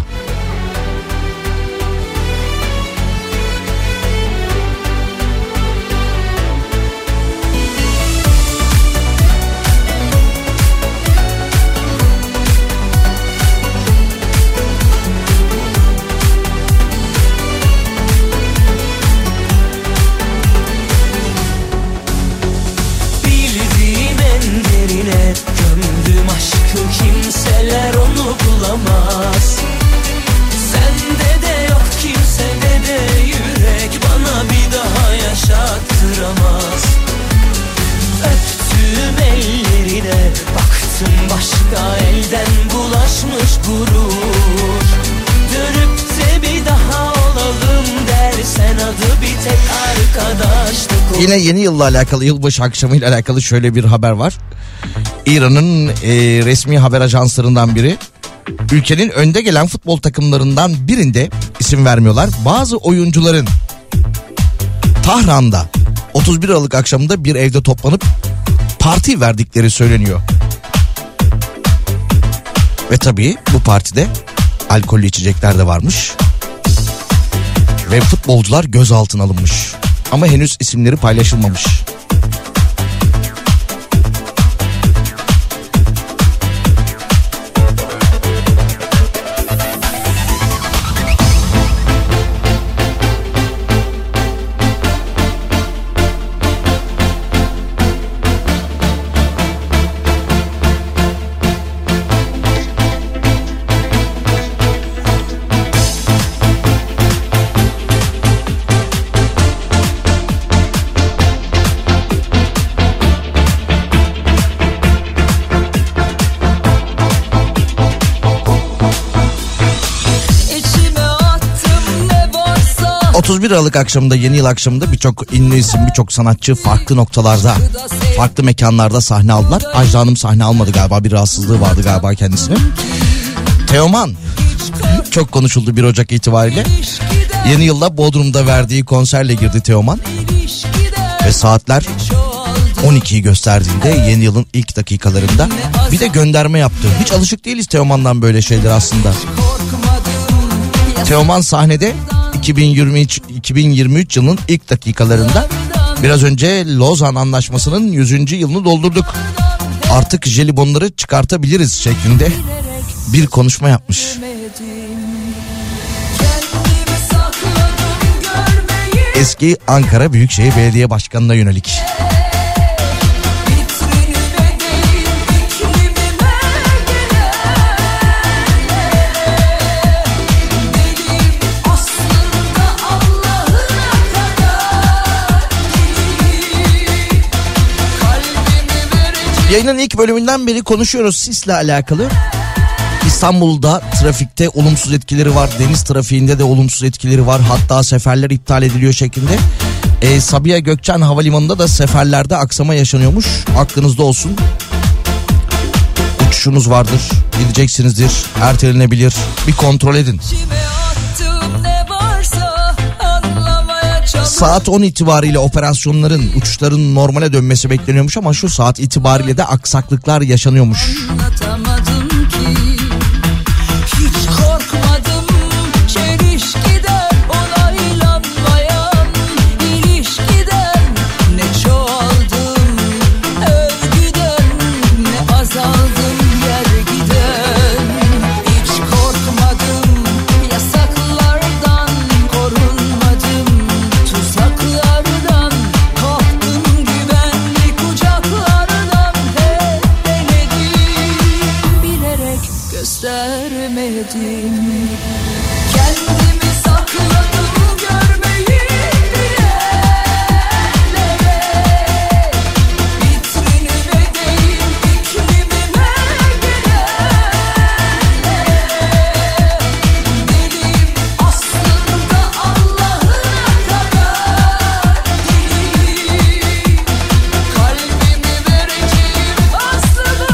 gurur. Dönüp de bir daha olalım dersen adı bir tek arkadaşlık. Yine yeni yılla alakalı, yılbaşı akşamıyla alakalı şöyle bir haber var. İran'ın resmi haber ajanslarından biri, ülkenin önde gelen futbol takımlarından birinde, isim vermiyorlar, bazı oyuncuların Tahran'da 31 Aralık akşamında bir evde toplanıp parti verdikleri söyleniyor. Ve tabii bu partide alkollü içecekler de varmış. Ve futbolcular gözaltına alınmış. Ama henüz isimleri paylaşılmamış. varsa. 31 Aralık akşamında, yeni yıl akşamında birçok ünlü isim, birçok sanatçı farklı noktalarda, farklı mekanlarda sahne aldılar. Ajda Hanım sahne almadı galiba, bir rahatsızlığı vardı galiba kendisine. Teoman çok konuşuldu 1 Ocak itibariyle. Yeni yılda Bodrum'da verdiği konserle girdi Teoman. Ve saatler 12'yi gösterdiğinde, yeni yılın ilk dakikalarında bir de gönderme yaptı. Hiç alışık değiliz Teoman'dan böyle şeyler aslında. Teoman sahnede 2023 yılının ilk dakikalarında, biraz önce Lozan Anlaşması'nın 100. yılını doldurduk, artık jelibonları çıkartabiliriz şeklinde bir konuşma yapmış. Eski Ankara Büyükşehir Belediye Başkanı'na yönelik. Yayının ilk bölümünden beri konuşuyoruz sisle alakalı. İstanbul'da trafikte olumsuz etkileri var. Deniz trafiğinde de olumsuz etkileri var. Hatta seferler iptal ediliyor şeklinde. Sabiha Gökçen Havalimanı'nda da seferlerde aksama yaşanıyormuş. Aklınızda olsun. Uçuşunuz vardır, gideceksinizdir, ertelenebilir. Bir kontrol edin. Saat 10 itibariyle operasyonların, uçuşların normale dönmesi bekleniyormuş ama şu saat itibariyle de aksaklıklar yaşanıyormuş. Hiç korkmadım çelişkiden, onaylanmayan ilişkiden. Ne çoğaldım övgüden, ne azaldım yergiden. Hiç korkmadım yasaklardan, korunmadım tuzaklardan. Kaptım güvenli kucaklardan, hep denedim, bilerek göstermedim. Kendimi sakladım görmeyi diyenlere. Vitrinime değil iklimime girenlere. Dedim aslında Allah'ına kadar değil. Kalbimi vereceğim aslını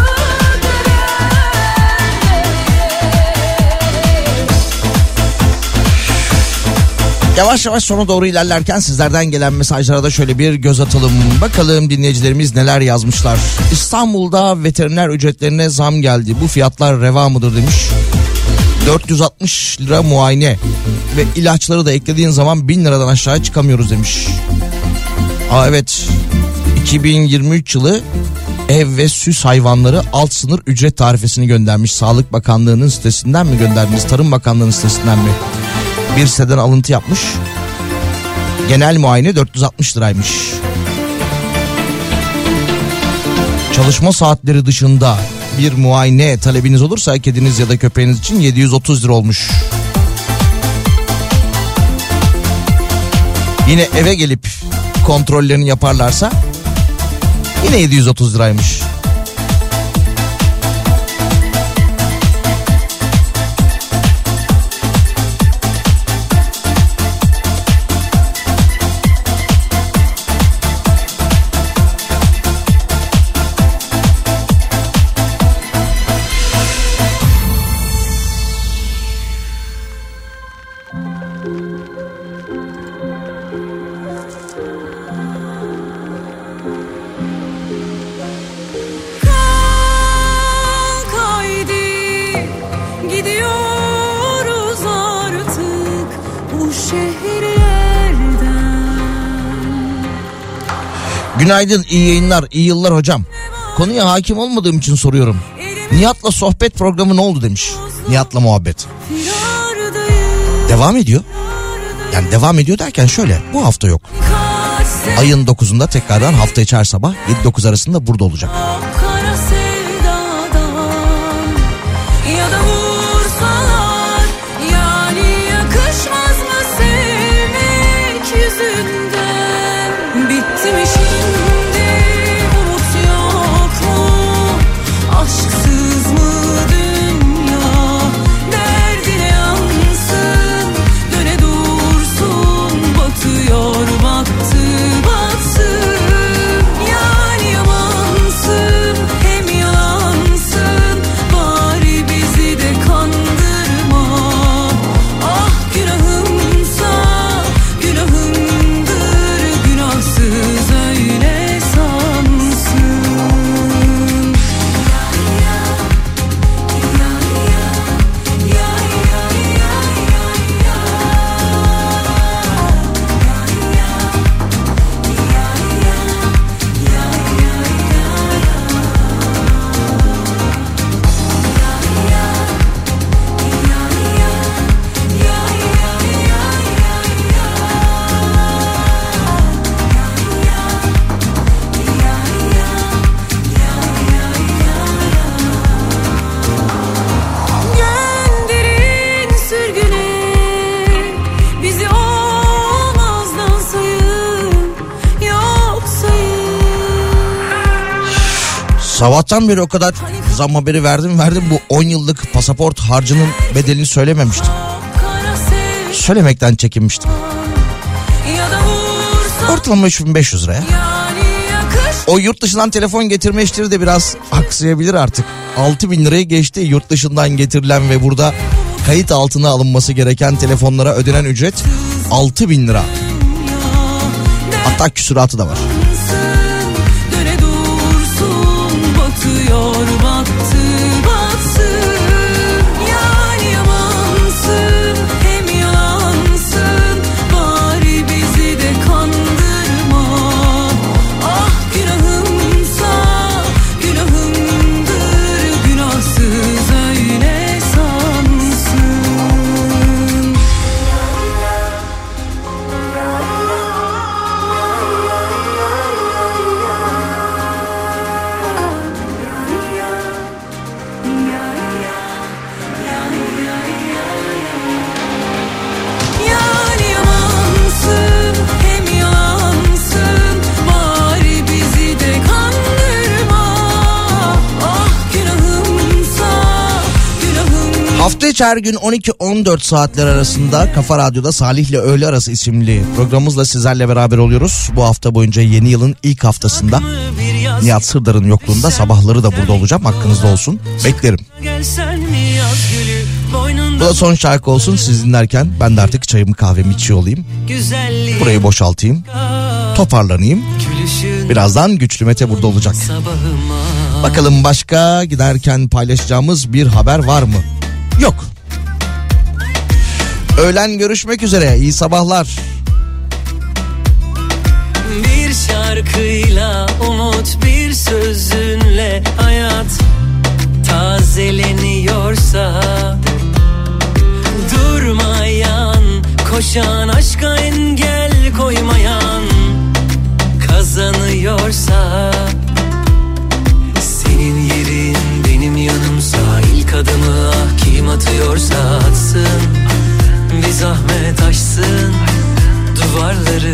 Yavaş yavaş sona doğru ilerlerken sizlerden gelen mesajlara da şöyle bir göz atalım. Bakalım dinleyicilerimiz neler yazmışlar. İstanbul'da veteriner ücretlerine zam geldi. Bu fiyatlar reva mıdır demiş. 460 lira muayene ve ilaçları da eklediğin zaman 1000 liradan aşağı çıkamıyoruz demiş. Evet, 2023 yılı ev ve süs hayvanları alt sınır ücret tarifesini göndermiş. Sağlık Bakanlığı'nın sitesinden mi gönderdiniz? Tarım Bakanlığı'nın sitesinden mi? Bir siteden alıntı yapmış. Genel muayene 460 liraymış. Çalışma saatleri dışında bir muayene talebiniz olursa kediniz ya da köpeğiniz için 730 lira olmuş. Yine eve gelip kontrollerini yaparlarsa yine 730 liraymış. Günaydın, iyi yayınlar, iyi yıllar hocam. Konuya hakim olmadığım için soruyorum. Nihat'la sohbet programı ne oldu demiş. Nihat'la muhabbet. Devam ediyor. Yani devam ediyor derken şöyle, bu hafta yok. Ayın 9'unda tekrardan hafta içi her sabah 7-9 arasında burada olacak. Sabahtan beri o kadar zam haberi verdim bu 10 yıllık pasaport harcının bedelini söylememiştim. Söylemekten çekinmiştim. Ortalama 3500 liraya. O yurt dışından telefon getirme işleri de biraz aksayabilir artık. 6000 lirayı geçti yurt dışından getirilen ve burada kayıt altına alınması gereken telefonlara ödenen ücret 6000 lira. Hatta küsuratı da var. Hafta içi her gün 12-14 saatler arasında Kafa Radyo'da Salih'le Öğle Arası isimli programımızla sizlerle beraber oluyoruz. Bu hafta boyunca yeni yılın ilk haftasında Nihat Sırdar'ın yokluğunda sabahları da burada olacağım. Hakkınızda olsun. Beklerim. Bu da son şarkı olsun. Siz dinlerken ben de artık çayımı kahvemi içiyor olayım. Burayı boşaltayım. Toparlanayım. Birazdan Güçlü Mete burada olacak. Bakalım başka giderken paylaşacağımız bir haber var mı? Yok. Öğlen görüşmek üzere. İyi sabahlar. Bir şarkıyla umut, bir sözünle hayat tazeleniyorsa, durmayan, koşan, aşka engel koymayan kazanıyorsa, senin yerin benim yanımsa, ilk adımı ah kim atıyorsa atsın, bir zahmet aşsın duvarları.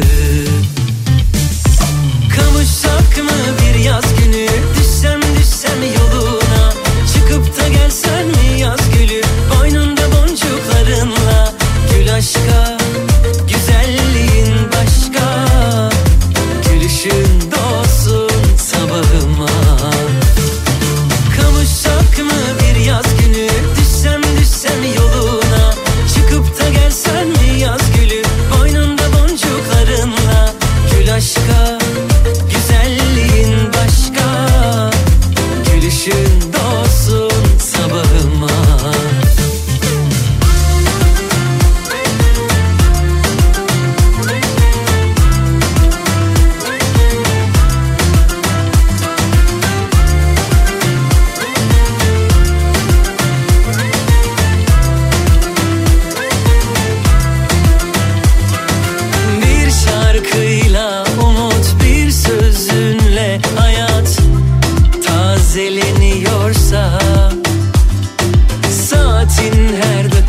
Kavuşsak mı bir yaz günü, düşsem yoluna, çıkıp da gelsen mi yaz gülü, boynunda boncuklarınla, gül aşka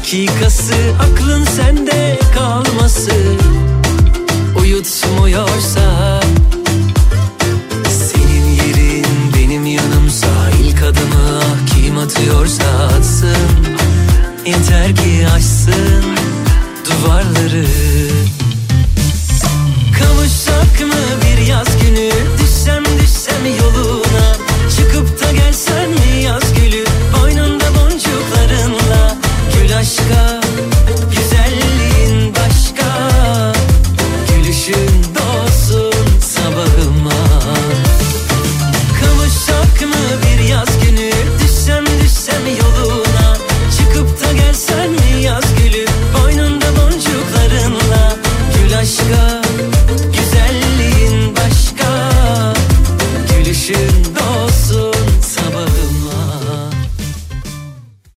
dakikası aklın sende kalmasın. Uyutmuyorsa senin yerin benim yanımsa, ilk adımı kim atıyorsa atsın. Yeter ki aşsın duvarları.